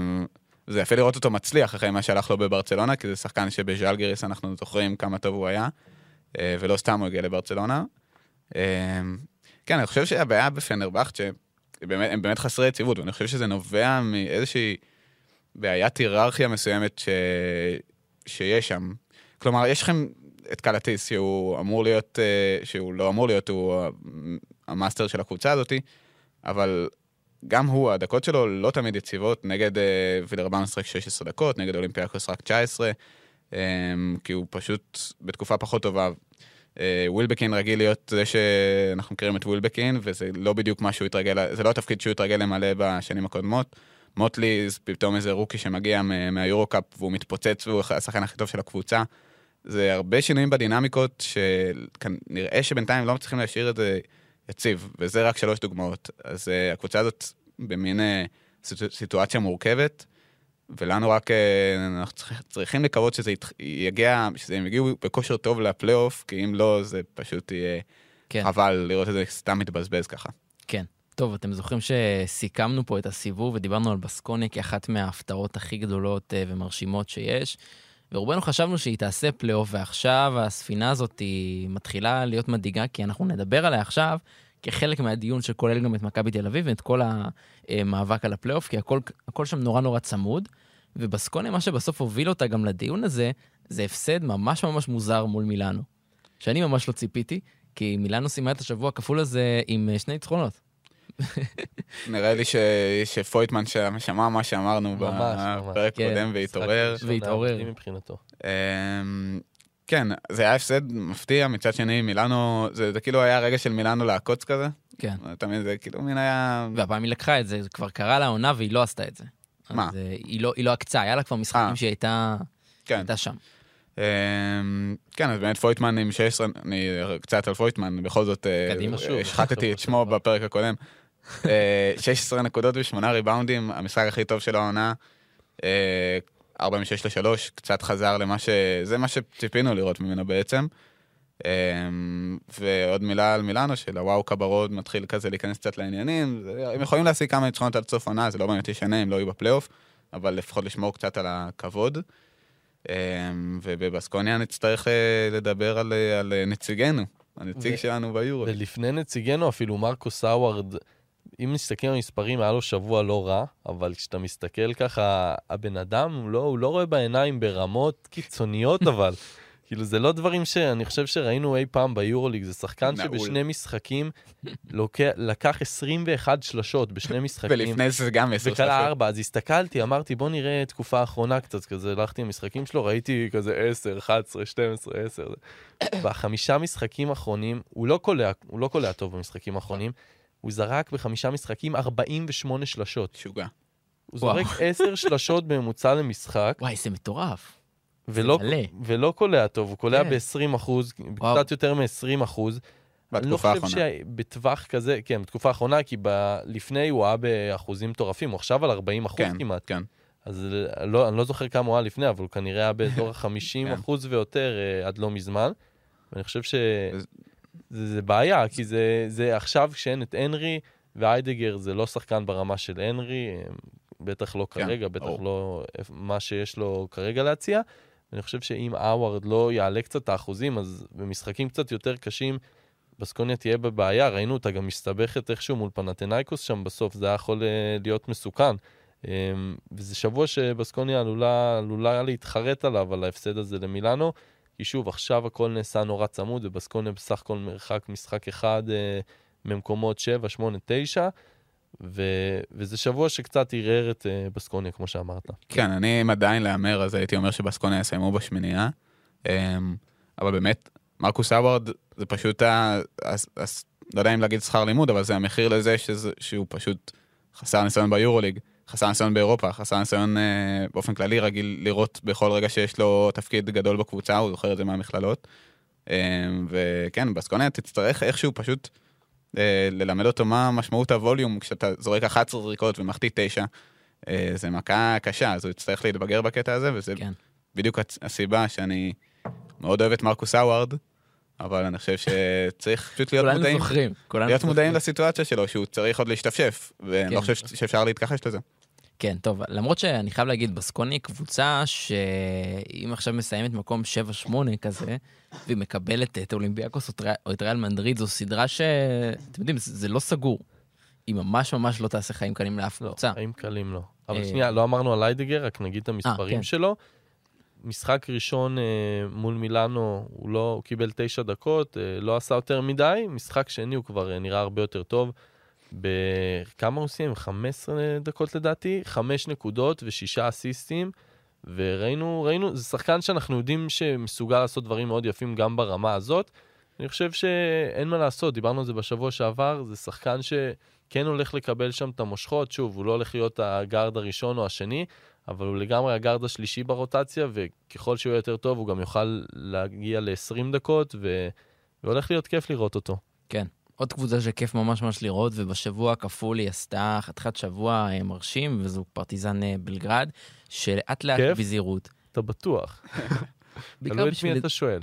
זה יפה לראות אותו מצליח אחרי מה שהלך לו בברצלונה, כי זה שחקן שבז'אלגיריס אנחנו זוכרים כמה טוב הוא היה, אה, ולא סתם הוא הגיע לברצלונה. אה, כן, אני חושב שהבעיה בפנרבכט, שהם באמת, באמת חסרי יציבות, ואני חושב שזה נובע מאיזושהי בעיית היררכיה מסוימת ש... שיש שם. כלומר, יש לכם את קלטיס, שהוא אמור להיות, שהוא לא אמור להיות, הוא המאסטר של הקבוצה הזאת, אבל גם הוא, הדקות שלו לא תמיד יציבות, נגד וילרבן משחק שש עשרה דקות, נגד אולימפיאקוס רק תשע עשרה, כי הוא פשוט בתקופה פחות טובה. ווילבקין רגיל להיות זה שאנחנו מכירים את ווילבקין, וזה לא בדיוק מה שהוא התרגל, זה לא התפקיד שהוא התרגל למלא בשנים הקודמות. מוטלי, פתאום איזה רוקי שמגיע מהיורוקאפ, והוא מתפוצץ, והוא השחקן הכי טוב של הקבוצה. זה הרבה שינויים בדינמיקות, שנראה שבינתיים לא מצליחים להשאיר את זה יציב, וזה רק שלוש דוגמאות. אז הקבוצה הזאת במין סיטואציה מורכבת, ולנו רק, אנחנו צריכים לקוות שזה יגיע, שזה יגיעו בכושר טוב לפלייאוף, כי אם לא, זה פשוט יהיה כן. חבל לראות את זה סתם מתבזבז ככה. כן. טוב, אתם זוכרים שסיכמנו פה את הסיבוב ודיברנו על בסקוניה כאחת מההפתעות הכי גדולות ומרשימות שיש, ורובנו חשבנו שהיא תעשה פלייאוף, ועכשיו הספינה הזאת היא מתחילה להיות מדאיגה, כי אנחנו נדבר עליה עכשיו כחלק מהדיון שכולל גם את מכבי תל אביב ואת כל המאבק על הפלייאוף, כי הכל, הכל שם נורא נורא צמוד, ובסקוניה מה שבסוף הוביל אותה גם לדיון הזה, זה הפסד ממש ממש מוזר מול מילאנו, שאני ממש לא ציפיתי, כי מילאנו סיימה את השבוע הכפול הזה עם שני ניצחונות. נראה לי ש... שפויטמן שמע מה שאמרנו בפרק קודם והתעורר. והתעורר. מבחינתו. כן, זה היה הפסד מפתיע, מצד שני מילאנו, זה, זה כאילו היה רגע של מילאנו לעקוץ כזה. כן. תמיד זה כאילו מין היה... והפעם היא לקחה את זה, זה כבר קרה לעונה והיא לא עשתה את זה. מה? אז היא לא, היא לא הקצה, היה לה כבר משחקים שהיא הייתה, כן. הייתה שם. כן, אז באמת פויטמן עם שש עשרה, אני קצת על פויטמן, בכל זאת, השחטתי את שמו בפרק הקודם. שש עשרה נקודות ושמונה ריבאונדים, המשחק הכי טוב של העונה, ארבע משש לשלוש, קצת חזר למה ש... זה מה שציפינו לראות ממנו בעצם. ועוד מילה על מילאנו, של הוואו קברוד מתחיל כזה להיכנס קצת לעניינים, הם יכולים להשיג כמה ניצחונות עד סוף עונה, זה לא באמת ישנה, הם לא יהיו בפלייאוף, אבל לפחות לשמור קצת על הכבוד. ובבסקוניה נצטרך לדבר על, על נציגנו, הנציג ו... שלנו ביורו. ולפני נציגנו אפילו מרקו סאווארד, אם נסתכל על מספרים, היה לו שבוע לא רע, אבל כשאתה מסתכל ככה, הבן אדם, הוא לא, הוא לא רואה בעיניים ברמות קיצוניות, אבל כאילו זה לא דברים שאני חושב שראינו אי פעם ביורוליג, זה שחקן שבשני משחקים לוקח, לקח עשרים ואחת שלשות בשני משחקים. ולפני זה גם עשר שלשות. וקלה ארבע, אז הסתכלתי, אמרתי בוא נראה תקופה האחרונה קצת כזה, הלכתי למשחקים שלו, ראיתי כזה עשר, אחת עשרה, שתים עשרה, עשר. בחמישה משחקים האחרונים, הוא לא קולע, הוא לא קולע טוב במשחקים האחרונים, הוא זרק בחמישה משחקים ארבעים ושמונה שלשות. שוגע. הוא זורק עשר שלשות בממוצע למשחק. וואי, זה מטורף. ולא, מלא. ולא קולע טוב, הוא קולע כן. ב-עשרים אחוז, וואו. קצת יותר מ-עשרים אחוז. בתקופה אני לא חושב שבטווח כזה, כן, בתקופה האחרונה, כי ב- לפני הוא היה באחוזים מטורפים, הוא עכשיו על ארבעים אחוז כן, כמעט. כן. אז לא, אני לא זוכר כמה הוא היה לפני, אבל הוא כנראה היה באזור ה-חמישים אחוז ויותר אה, עד לא מזמן. ואני חושב שזה זה בעיה, כי זה, זה עכשיו כשאין את הנרי, ואיידגר זה לא שחקן ברמה של הנרי, בטח לא כרגע, בטח לא מה שיש לו כרגע להציע. אני חושב שאם אאוורד לא יעלה קצת את האחוזים, אז במשחקים קצת יותר קשים, בסקוניה תהיה בבעיה. ראינו אותה גם מסתבכת איכשהו מול פנתנייקוס שם בסוף, זה היה יכול להיות מסוכן. וזה שבוע שבסקוניה עלולה, עלולה להתחרט עליו, על ההפסד הזה למילאנו, כי שוב, עכשיו הכל נעשה נורא צמוד, ובסקוניה בסך הכל מרחק משחק אחד ממקומות שבע, שמונה, תשע, ו... וזה שבוע שקצת ערער את uh, בסקוניה, כמו שאמרת. כן, אני אם עדיין לאמר, אז הייתי אומר שבסקוניה יסיימו בשמינייה. Um, אבל באמת, מרקוס אאוורד זה פשוט, ה... הס... הס... לא יודע אם להגיד שכר לימוד, אבל זה המחיר לזה שזה... שהוא פשוט חסר ניסיון ביורוליג, חסר ניסיון באירופה, חסר ניסיון uh, באופן כללי רגיל לראות בכל רגע שיש לו תפקיד גדול בקבוצה, הוא זוכר את זה מהמכללות. Um, וכן, בסקוניה תצטרך איכשהו פשוט... ללמד אותו מה משמעות הווליום, כשאתה זורק אחת עשרה זריקות ומחטיא תשע, זה מכה קשה, אז הוא יצטרך להתבגר בקטע הזה, וזה כן. בדיוק הסיבה שאני מאוד אוהב את מרקוס אאוורד, אבל אני חושב שצריך פשוט להיות מודעים, זוכרים, להיות מודעים לסיטואציה שלו, שהוא צריך עוד להשתפשף, ואני כן. לא חושב שאפשר להתכחש לזה. כן, טוב, למרות שאני חייב להגיד, בסקוני קבוצה שאם עכשיו מסיימת מקום שבע שמונה כזה, והיא מקבלת את אולימפיאקוס או את ריאל מדריד, זו סדרה ש... אתם יודעים, זה לא סגור. היא ממש ממש לא תעשה חיים קלים לאף קבוצה. לא, חיים קלים לא. אבל שנייה, לא אמרנו על איידגר, רק נגיד את המספרים שלו. משחק ראשון מול מילאנו, הוא לא, הוא קיבל תשע דקות, לא עשה יותר מדי. משחק שני הוא כבר נראה הרבה יותר טוב. בכמה הוא סיים? חמש עשרה דקות לדעתי, חמש נקודות ושישה אסיסטים, וראינו, ראינו, זה שחקן שאנחנו יודעים שמסוגל לעשות דברים מאוד יפים גם ברמה הזאת. אני חושב שאין מה לעשות, דיברנו על זה בשבוע שעבר, זה שחקן שכן הולך לקבל שם את המושכות, שוב, הוא לא הולך להיות הגארד הראשון או השני, אבל הוא לגמרי הגארד השלישי ברוטציה, וככל שהוא יותר טוב, הוא גם יוכל להגיע ל-עשרים דקות, והולך להיות כיף לראות אותו. כן. עוד קבוצה שכיף ממש ממש לראות, ובשבוע הכפול היא עשתה חתיכת שבוע מרשים, וזו פרטיזן בלגרד, שלאט לאט בזהירות. אתה בטוח. תלוי את מי אתה שואל.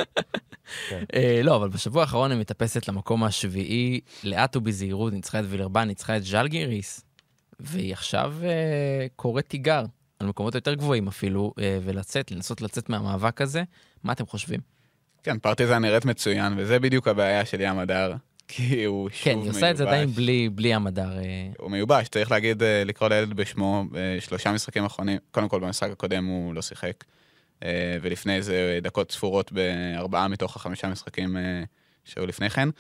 לא, אבל בשבוע האחרון היא מטפסת למקום השביעי, לאט ובזהירות, ניצחה את וילרבן, ניצחה את ז'לגיריס, והיא עכשיו קוראת תיגר, על מקומות יותר גבוהים אפילו, ולצאת, לנסות לצאת מהמאבק הזה. מה אתם חושבים? כן, פרטיזן נראית מצוין, וזה בדיוק הבעיה של ים הדר. כי הוא שוב מיובש. כן, היא עושה את זה עדיין בלי, בלי המדר. הוא מיובש, צריך להגיד, לקרוא לילד בשמו, שלושה משחקים האחרונים, קודם כל במשחק הקודם הוא לא שיחק, ולפני זה דקות ספורות בארבעה מתוך החמישה משחקים שהיו לפני כן.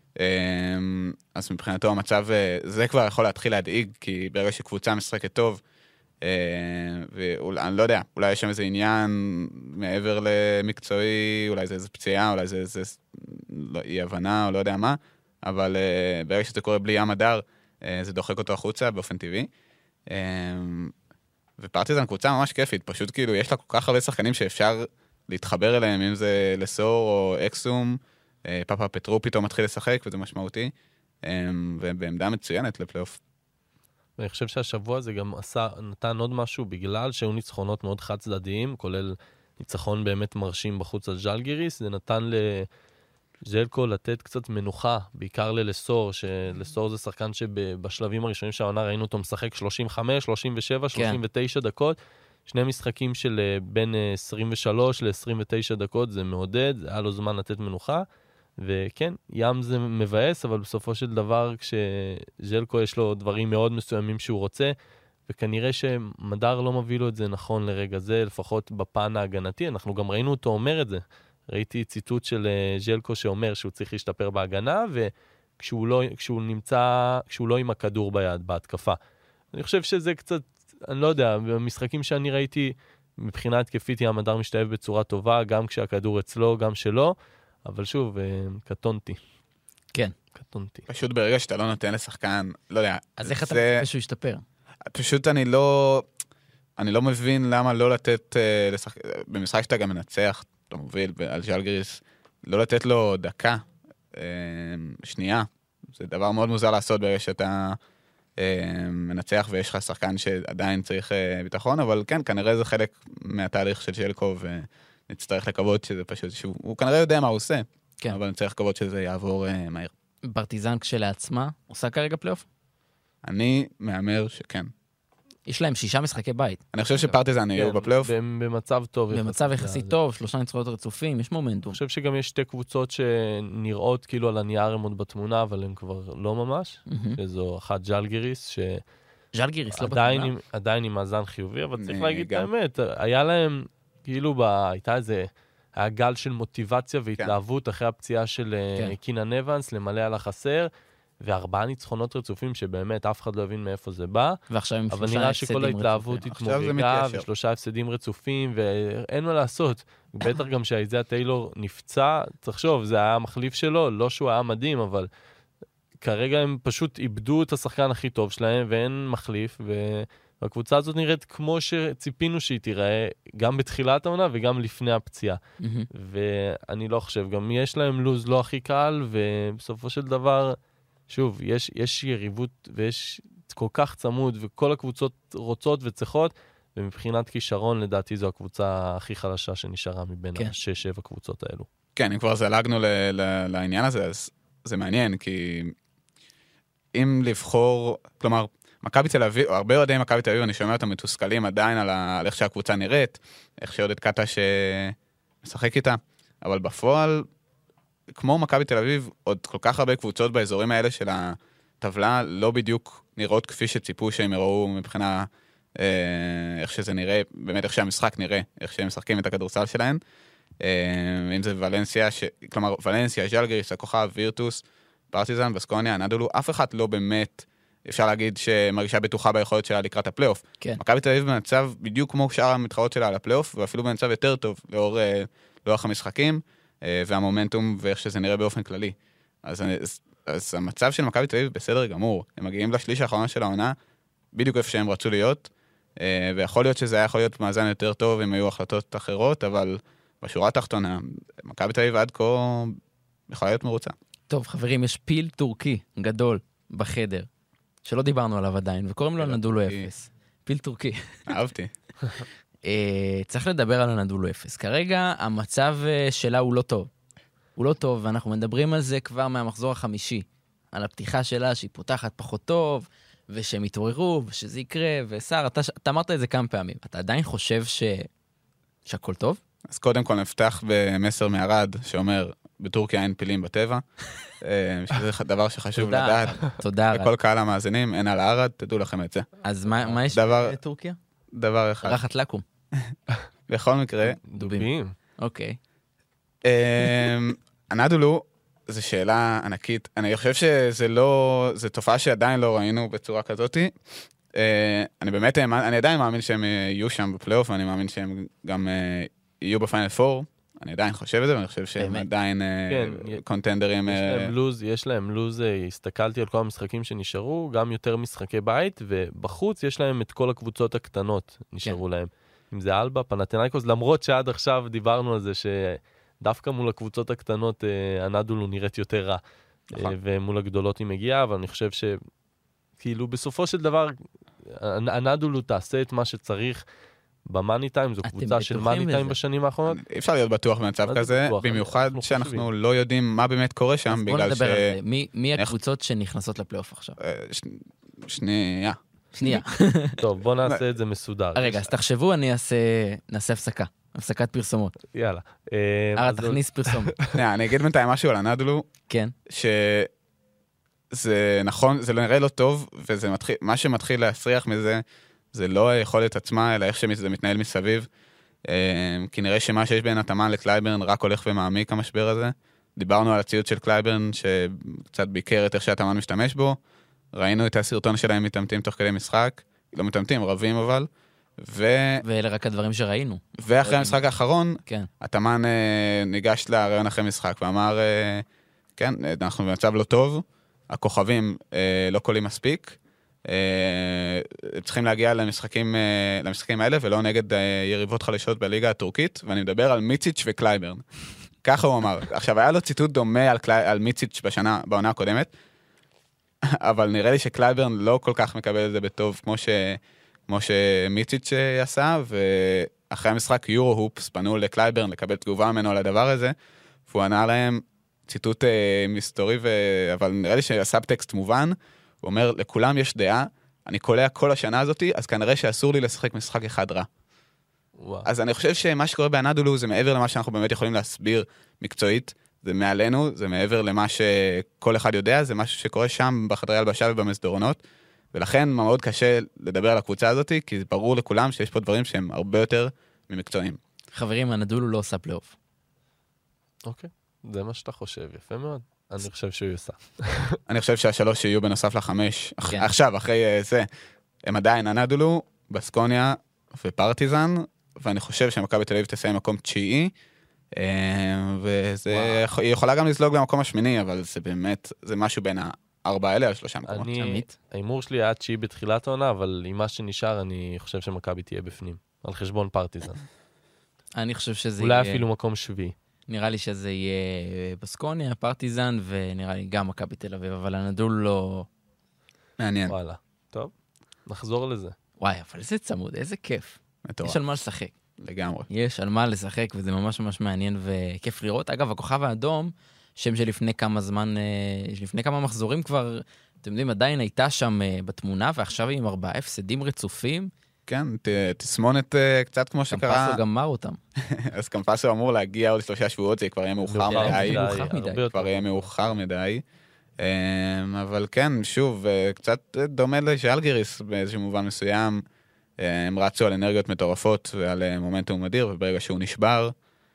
אז מבחינתו המצב, זה כבר יכול להתחיל להדאיג, כי ברגע שקבוצה משחקת טוב, ואני לא יודע, אולי יש שם איזה עניין מעבר למקצועי, אולי זה איזה פציעה, אולי זה איזה אי הבנה, או לא יודע מה, אבל uh, ברגע שזה קורה בלי ים הדר, uh, זה דוחק אותו החוצה באופן טבעי. Uh, ופרטיזן קבוצה ממש כיפית, פשוט כאילו יש לה כל כך הרבה שחקנים שאפשר להתחבר אליהם, אם זה לסור או אקסום, uh, פאפה פטרו פתאום מתחיל לשחק, וזה משמעותי, um, ובעמדה מצוינת לפלייאוף. ואני חושב שהשבוע הזה גם עשה, נתן עוד משהו, בגלל שהיו ניצחונות מאוד חד צדדיים, כולל ניצחון באמת מרשים בחוץ על ז'לגיריס, זה נתן לז'לקו לתת קצת מנוחה, בעיקר ללסור, שלסור זה שחקן שבשלבים הראשונים של העונה ראינו אותו משחק שלושים וחמש, שלושים ושבע, שלושים ותשע דקות, שני משחקים של בין עשרים ושלוש ל-עשרים ותשע דקות, זה מעודד, היה לו זמן לתת מנוחה, וכן, ים זה מבאס, אבל בסופו של דבר, כשז'לקו יש לו דברים מאוד מסוימים שהוא רוצה, וכנראה שמדר לא מביא לו את זה נכון לרגע זה, לפחות בפן ההגנתי, אנחנו גם ראינו אותו אומר את זה. ראיתי ציטוט של ז'לקו שאומר שהוא צריך להשתפר בהגנה, וכשהוא לא, כשהוא נמצא, כשהוא לא עם הכדור ביד, בהתקפה. אני חושב שזה קצת, אני לא יודע, במשחקים שאני ראיתי, מבחינה התקפית, ים מדר משתלב בצורה טובה, גם כשהכדור אצלו, גם שלו, אבל שוב, קטונתי. כן. קטונתי. פשוט ברגע שאתה לא נותן לשחקן, לא יודע. אז איך אתה מצפה שהוא ישתפר? פשוט אני לא... אני לא מבין למה לא לתת, uh, לשחק... במשחק שאתה גם מנצח, אתה מוביל על ז'לגיריס, לא לתת לו דקה, uh, שנייה. זה דבר מאוד מוזר לעשות ברגע שאתה uh, מנצח ויש לך שחקן שעדיין צריך uh, ביטחון, אבל כן, כנראה זה חלק מהתהליך של ז'לקו, ונצטרך לקוות שזה פשוט, שהוא הוא כנראה יודע מה הוא עושה, כן. אבל נצטרך לקוות שזה יעבור uh, מהר. פרטיזן כשלעצמה עושה כרגע פלייאוף? אני מאמר שכן. יש להם שישה משחקי בית. אני חושב שפרטיזן יהיו בפלייאוף. במצב טוב. במצב יחסית טוב, שלושה ניצחונות רצופים, יש מומנטום. אני חושב שגם יש שתי קבוצות שנראות כאילו על הנייר הם עוד בתמונה, אבל הם כבר לא ממש. שזו אחת ז'לגיריס, ש... ז'לגיריס לא בתמונה. עדיין עם מאזן חיובי, אבל צריך להגיד את האמת. היה להם, כאילו, הייתה איזה... היה גל של מוטיבציה והתלהבות אחרי הפציעה של קינן אבנס, למלא על החסר. וארבעה ניצחונות רצופים שבאמת אף אחד לא הבין מאיפה זה בא. ועכשיו עם שלושה הפסדים רצופים. אבל נראה שכל ההתלהבות התמוגגה, ושלושה הפסדים רצופים, ואין מה לעשות. בטח גם שהאיזיה טיילור נפצע, תחשוב, זה היה המחליף שלו, לא שהוא היה מדהים, אבל כרגע הם פשוט איבדו את השחקן הכי טוב שלהם, ואין מחליף, והקבוצה הזאת נראית כמו שציפינו שהיא תיראה, גם בתחילת העונה וגם לפני הפציעה. ואני לא חושב, גם יש להם לוז לא הכי קל, ובסופו של דבר שוב, יש, יש יריבות ויש כל כך צמוד, וכל הקבוצות רוצות וצריכות, ומבחינת כישרון, לדעתי, זו הקבוצה הכי חלשה שנשארה מבין כן. השש, שבע קבוצות האלו. כן, אם כבר זלגנו ל- ל- לעניין הזה, אז זה מעניין, כי אם לבחור, כלומר, מכבי תל אביב, או הרבה אוהדי מכבי תל אביב, אני שומע אותם מתוסכלים עדיין על, ה- על איך שהקבוצה נראית, איך שעודד קטע שמשחק איתה, אבל בפועל, כמו מכבי תל אביב, עוד כל כך הרבה קבוצות באזורים האלה של הטבלה, לא בדיוק נראות כפי שציפו שהם יראו מבחינה, אה, איך שזה נראה, באמת איך שהמשחק נראה, איך שהם משחקים את הכדורסל שלהם. אה, אם זה ולנסיה, ש... כלומר, ולנסיה, ז'לגיריס, הכוכב, וירטוס, פרטיזן, בסקוניה, נדולו, אף אחד לא באמת, אפשר להגיד שמרגישה בטוחה ביכולת שלה לקראת הפלייאוף. כן. מכבי תל אביב במצב בדיוק כמו שאר המתחרות שלה על הפלייאוף, ואפילו במצב יותר טוב, לאור לוח המשחקים. והמומנטום ואיך שזה נראה באופן כללי. אז, אז, אז המצב של מכבי תל אביב בסדר גמור. הם מגיעים לשליש האחרון של העונה, בדיוק איפה שהם רצו להיות, ויכול להיות שזה היה יכול להיות מאזן יותר טוב אם היו החלטות אחרות, אבל בשורה התחתונה, מכבי תל אביב עד כה יכולה להיות מרוצה. טוב, חברים, יש פיל טורקי גדול בחדר, שלא דיברנו עליו עדיין, וקוראים לו נדולו אפס. פיל טורקי. אהבתי. Uh, צריך לדבר על הנדולו אפס. כרגע המצב uh, שלה הוא לא טוב. הוא לא טוב, ואנחנו מדברים על זה כבר מהמחזור החמישי. על הפתיחה שלה שהיא פותחת פחות טוב, ושהם יתעוררו, ושזה יקרה, ושר, אתה, אתה אמרת את זה כמה פעמים. אתה עדיין חושב ש... שהכל טוב? אז קודם כל נפתח במסר מערד, שאומר, בטורקיה אין פילים בטבע. שזה דבר שחשוב לדעת. תודה. לכל קהל המאזינים, אין על הערד, תדעו לכם את זה. אז מה, מה יש בטורקיה? דבר אחד. רחת לקום. בכל מקרה. דובים. אוקיי. הנדולו, זו שאלה ענקית. אני חושב שזה לא, זו תופעה שעדיין לא ראינו בצורה כזאת. אני באמת, אני עדיין מאמין שהם יהיו שם בפלייאוף, ואני מאמין שהם גם יהיו בפיינל פור. אני עדיין חושב את זה, ואני חושב שהם עדיין קונטנדרים. יש להם לוז, יש להם לוז, הסתכלתי על כל המשחקים שנשארו, גם יותר משחקי בית, ובחוץ יש להם את כל הקבוצות הקטנות נשארו להם. אם זה אלבה, פנתנייקוס, למרות שעד עכשיו דיברנו על זה שדווקא מול הקבוצות הקטנות הנדולו נראית יותר רע, ומול הגדולות היא מגיעה, אבל אני חושב שכאילו בסופו של דבר הנדולו תעשה את מה שצריך, במאני טיים, זו קבוצה של מאני טיים בשנים האחרונות. אי אפשר להיות בטוח במצב כזה, במיוחד שאנחנו לא יודעים מה באמת קורה שם, בגלל ש... בוא נדבר על זה. מי הקבוצות שנכנסות לפלייאוף עכשיו? שנייה. שנייה. טוב, בוא נעשה את זה מסודר. רגע, אז תחשבו, אני נעשה הפסקה. הפסקת פרסומות. יאללה. אה, תכניס פרסומות. אני אגיד בינתיים משהו על הנדולו. כן. שזה נכון, זה נראה לא טוב, ומה שמתחיל להסריח מזה, זה לא היכולת עצמה, אלא איך שזה מתנהל מסביב. כי נראה שמה שיש בין התאמן לקלייברן רק הולך ומעמיק המשבר הזה. דיברנו על הציוד של קלייברן, שקצת ביקר את איך שהתאמן משתמש בו. ראינו את הסרטון שלהם מתאמתים תוך כדי משחק. לא מתאמתים, רבים אבל. ו... ואלה רק הדברים שראינו. ואחרי המשחק האחרון, כן. התאמן ניגש לרעיון אחרי משחק, ואמר, כן, אנחנו במצב לא טוב, הכוכבים לא קולים מספיק, הם צריכים להגיע למשחקים, למשחקים האלה, ולא נגד יריבות חלשות בליגה הטורקית, ואני מדבר על מיציץ' וקלייברן. ככה הוא אמר. עכשיו, היה לו ציטוט דומה על, קלי, על מיציץ' בשנה, בעונה הקודמת, אבל נראה לי שקלייברן לא כל כך מקבל את זה בטוב, כמו, ש, כמו שמיציץ' עשה, ואחרי המשחק יורו-הופס פנו לקלייברן לקבל תגובה ממנו על הדבר הזה, והוא ענה להם ציטוט אה, מסתורי, ו... אבל נראה לי שהסאבטקסט מובן, הוא אומר, לכולם יש דעה, אני קולע כל השנה הזאת, אז כנראה שאסור לי לשחק משחק אחד רע. וואו. אז אני חושב שמה שקורה באנדולו זה מעבר למה שאנחנו באמת יכולים להסביר מקצועית, זה מעלינו, זה מעבר למה שכל אחד יודע, זה משהו שקורה שם בחדרי הלבשה ובמסדרונות, ולכן מאוד קשה לדבר על הקבוצה הזאת, כי זה ברור לכולם שיש פה דברים שהם הרבה יותר ממקצועיים. חברים, אנדולו לא עושה פלייאוף. אוקיי, זה מה שאתה חושב, יפה מאוד. אני חושב שהוא יעשה. אני חושב שהשלוש שיהיו בנוסף לחמש, כן. עכשיו, אחרי זה, הם עדיין אנדולו, בסקוניה ופרטיזן, ואני חושב שמכבי תל אביב תסיים מקום תשיעי, וזה יכולה גם לזלוג למקום השמיני, אבל זה באמת, זה משהו בין הארבע האלה על שלושה מקומות. אני, האימור שלי היה תשיעי בתחילת העונה, אבל עם מה שנשאר, אני חושב שמכבי תהיה בפנים, על חשבון פרטיזן. אני חושב שזה אולי יהיה... אפילו מקום שביעי. נראה לי שזה יהיה בסקוניה, פרטיזן, ונראה לי גם מכבי תל אביב, אבל אנדולו לא... מעניין. וואלה. טוב, נחזור לזה. וואי, אבל זה צמוד, איזה כיף. מטורף. יש על מה לשחק. לגמרי. יש על מה לשחק, וזה ממש ממש מעניין וכיף לראות. אגב, הכוכב האדום, שם שלפני כמה זמן, לפני כמה מחזורים כבר, אתם יודעים, עדיין הייתה שם בתמונה, ועכשיו היא עם ארבעה הפסדים רצופים. כן, תסמונת קצת כמו שקרה. קמפסו גמר אותם. אז קמפסו אמור להגיע עוד שלושה שבועות, זה כבר יהיה מאוחר מדי. כבר יהיה מאוחר מדי. אבל כן, שוב, קצת דומה לשאלגיריס באיזשהו מובן מסוים. הם רצו על אנרגיות מטורפות ועל מומנטום אדיר, וברגע שהוא נשבר,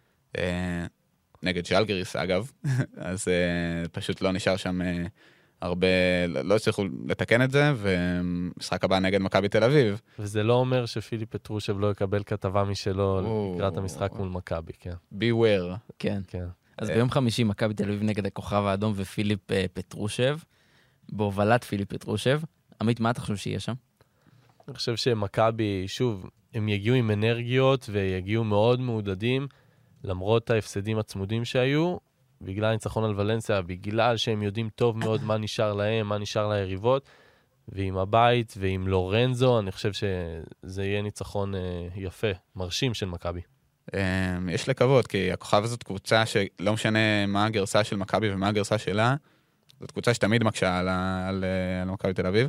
נגד שאלגיריס אגב, אז פשוט לא נשאר שם הרבה, לא הצליחו לתקן את זה, ומשחק הבא נגד מכבי תל אביב. וזה לא אומר שפיליפ פטרושב לא יקבל כתבה משלו לקראת המשחק מול מכבי, כן. Beware. כן. כן. אז ביום חמישי מכבי תל אביב נגד הכוכב האדום ופיליפ פטרושב, בהובלת פיליפ פטרושב. עמית, מה אתה חושב שיהיה שם? אני חושב שמכבי, שוב, הם יגיעו עם אנרגיות ויגיעו מאוד מעודדים, למרות ההפסדים הצמודים שהיו, בגלל הניצחון על ולנסיה, בגלל שהם יודעים טוב מאוד מה נשאר להם, מה נשאר ליריבות, ועם הבית ועם לורנזו, אני חושב שזה יהיה ניצחון יפה, מרשים של מכבי. יש לקוות, כי הכוכב הזאת קבוצה שלא משנה מה הגרסה של מכבי ומה הגרסה שלה, זאת קבוצה שתמיד מקשה על, על, על מכבי תל אביב.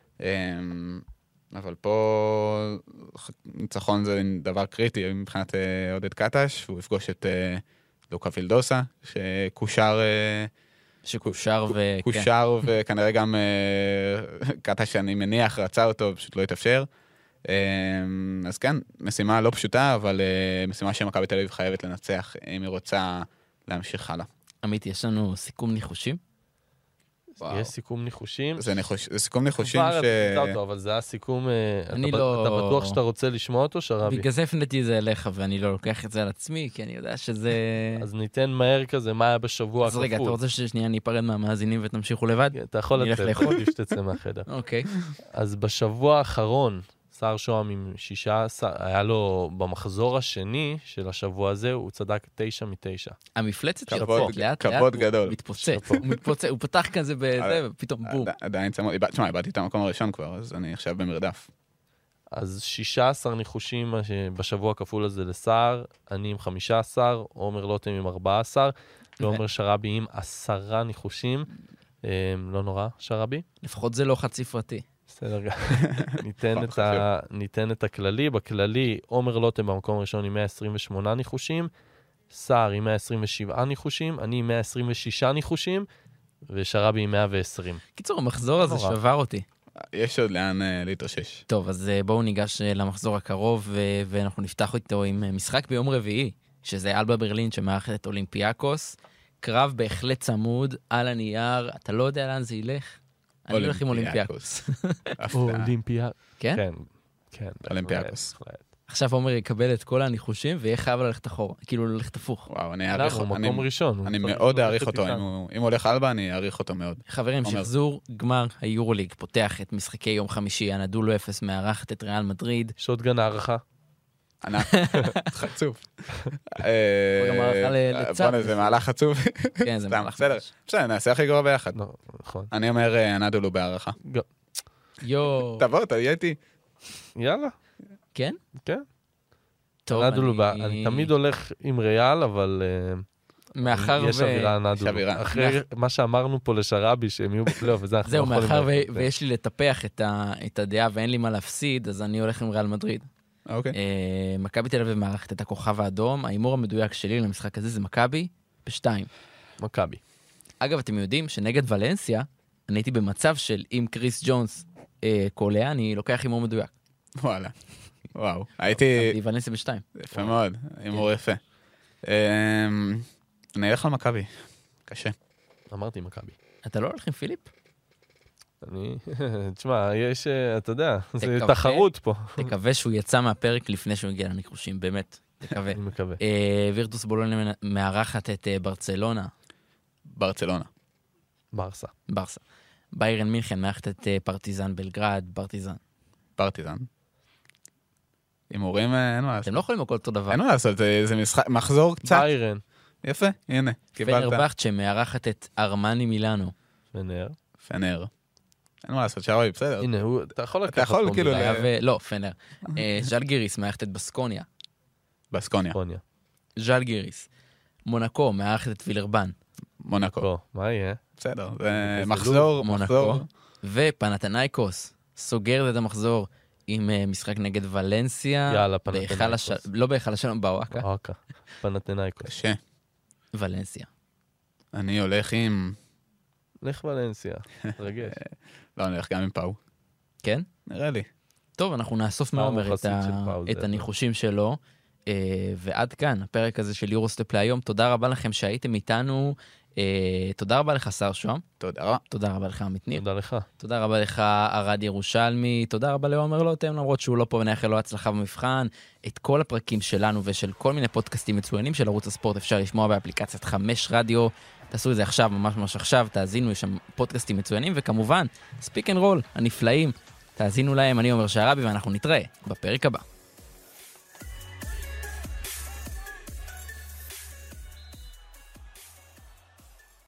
אבל פה ניצחון זה דבר קריטי מבחינת עודד קטש, והוא יפגוש את לוקה וילדוסה, שקושר... שקושר ו... קושר וכנראה גם קטש, אני מניח, רצה אותו, פשוט לא התאפשר. אז כן, משימה לא פשוטה, אבל משימה שמכבי תל אביב חייבת לנצח, אם היא רוצה להמשיך הלאה. עמית, יש לנו סיכום ניחושים? יש סיכום ניחושים. זה סיכום ניחושים ש... אבל זה הסיכום... אני לא... אתה בטוח שאתה רוצה לשמוע אותו, שרבי? בגלל זה הפניתי את זה אליך, ואני לא לוקח את זה על עצמי, כי אני יודע שזה... אז ניתן מהר כזה, מה היה בשבוע הכפול. אז רגע, אתה רוצה ששנייה אני אפרד מהמאזינים ותמשיכו לבד? אתה יכול לצאת, שתצא מהחדר. אוקיי. אז בשבוע האחרון, שר שוהם עם שישה, היה לו במחזור השני של השבוע הזה, הוא צדק תשע מתשע. המפלצת שלו, לאט לאט, הוא מתפוצץ. הוא מתפוצץ, הוא פתח כזה בזה, ופתאום בום. עדיין צמוד, תשמע, איבדתי את המקום הראשון כבר, אז אני עכשיו במרדף. אז שישה עשר ניחושים בשבוע הכפול הזה לסער, אני עם חמישה עשר, עומר לוטם עם ארבעה עשר, ועומר שרבי עם עשרה ניחושים. לא נורא, שרבי? לפחות זה לא חצי פרטי. בסדר, ניתן, את ה... ניתן את הכללי. בכללי, עומר לוטם במקום הראשון עם מאה עשרים ושמונה ניחושים, סער עם מאה עשרים ושבעה ניחושים, אני עם מאה עשרים ושישה ניחושים, ושרבי עם מאה ועשרים. קיצור, המחזור הזה שבר אותי. יש עוד לאן uh, להתרשש. טוב, אז uh, בואו ניגש uh, למחזור הקרוב, ו- ואנחנו נפתח איתו עם uh, משחק ביום רביעי, שזה אלבה ברלין שמארחת את אולימפיאקוס. קרב בהחלט צמוד, על הנייר, אתה לא יודע לאן זה ילך? אני הולך עם אולימפיאקוס. אולימפיאקוס. כן? כן, כן. אולימפיאקוס. עכשיו עומר יקבל את כל הניחושים, ויהיה חייב ללכת אחורה, כאילו ללכת הפוך. וואו, אני למה? אעריך הוא אותו. מקום ראשון. אני הוא צריך מאוד ללכת אעריך אותו. איתנו. אם הוא- אם הוא הולך אלבה, אני אעריך אותו מאוד. חברים, עומר. שחזור גמר היורוליג פותח את משחקי יום חמישי, הנדולו אפס מארחת את ריאל מדריד. שוטגן הערכה. ענק. חצוף. גם הערכה ל- לצד. בוא'נה, זה מהלך חצוף. כן, זה סתם, מהלך בסדר. ממש. בסדר, נעשה הכי גרוע ביחד. לא, נכון. אני אומר, אה, נדולו בהערכה. גם- יו, תבוא, תהיה איתי. יאללה, כן? כן. טוב, נדולו אני... בא- אני תמיד הולך עם ריאל, אבל אה, מאחר יש ו... אווירה יש נדולו. אווירה. אחרי מה שאמרנו פה לשרבי, שהם יהיו בפלייאוף, וזה אנחנו לא זהו, יכולים מאחר ו... ללכת. ויש לי לטפח את, ה... את הדעה ואין לי מה להפסיד, אז אני הולך עם ריאל מדריד. אוקיי. אה, מכבי תל אביב מארחת את הכוכב האדום, ההימור המדויק שלי למשחק הזה זה מכבי בשתיים. מכבי. אגב, אתם יודעים שנגד ולנסיה, אני הייתי במצב של אם קריס ג'ונס אה, קולע, אני לוקח הימור מדויק. וואלה. וואו. הייתי... כי ולנסיה בשתיים. יפה מאוד. הימור יפה. אמ, אני אלך על מכבי. קשה. אמרתי מכבי. אתה לא הולך עם פיליפ? אני, תשמע, יש, אה, אתה יודע, זה תקווה. תחרות פה. תקווה שהוא יצא מהפרק לפני שהוא הגיע לניחושים, באמת. תקווה. אני מקווה. אה, וירטוס בולוניה מארחת את אה, ברצלונה, ברצלונה. ברסה. ברסה. ביירן מינכן מארחת את אה, פרטיזן בלגרד, פרטיזן. פרטיזן. הימורים, אה, אין מה לעשות. אתם לא יכולים הכל אותו דבר. אין מה לעשות, זה זה משחק, מחזור קצת. ביירן. יפה, הנה, קיבלת. פנרבכצ'ה מארחת את ארמני מילאנו. פנר. פנר. אין מה לעשות, שראוי, בסדר. הנה, הוא- אתה יכול לקחת אתה יכול, פה כאילו, מילה. היה ו- לא, פנר. אה, ז'לגיריס מארחת את בסקוניה. בסקוניה. פוניה. ז'לגיריס. מונקו מארחת את וילרבן. מונקו. פה, מה יהיה? בסדר, זה איזה מחזור, מונקו. מחזור. ופנתנייקוס סוגרת את המחזור עם אה, משחק נגד ולנסיה. יאללה, בהיכל פנתנייקוס. הש- לא בהיכל השלום, בוואקה. אוקיי. פנתנייקוס. קשה. ולנסיה. אני הולך עם... לך ולנסיה. רגש. לא, אני הולך גם עם פאו. כן? נראה לי. טוב, אנחנו נאסוף פעם מעומר את, חסיד ה... של פאול, את זה הניחושים שלו. אה, ועד כאן, הפרק הזה של יורוסטפ להיום. תודה רבה לכם שהייתם איתנו. אה, תודה רבה לך, שר שוהם. תודה רבה. תודה רבה לך, עמית ניר. תודה לך. תודה רבה לך, ארד ירושלמי. תודה רבה לעומר לוטם, למרות שהוא לא פה ונאחל לו הצלחה במבחן. את כל הפרקים שלנו ושל כל מיני פודקאסטים מצוינים של ערוץ הספורט אפשר לשמוע באפליקציית חמש רדיו. תעשו את זה עכשיו, ממש ממש עכשיו. תאזינו, יש שם פודקאסטים מצוינים, וכמובן, ספיק אנד רול, הנפלאים. תאזינו להם, אני עומר שערבי, ואנחנו נתראה בפרק הבא.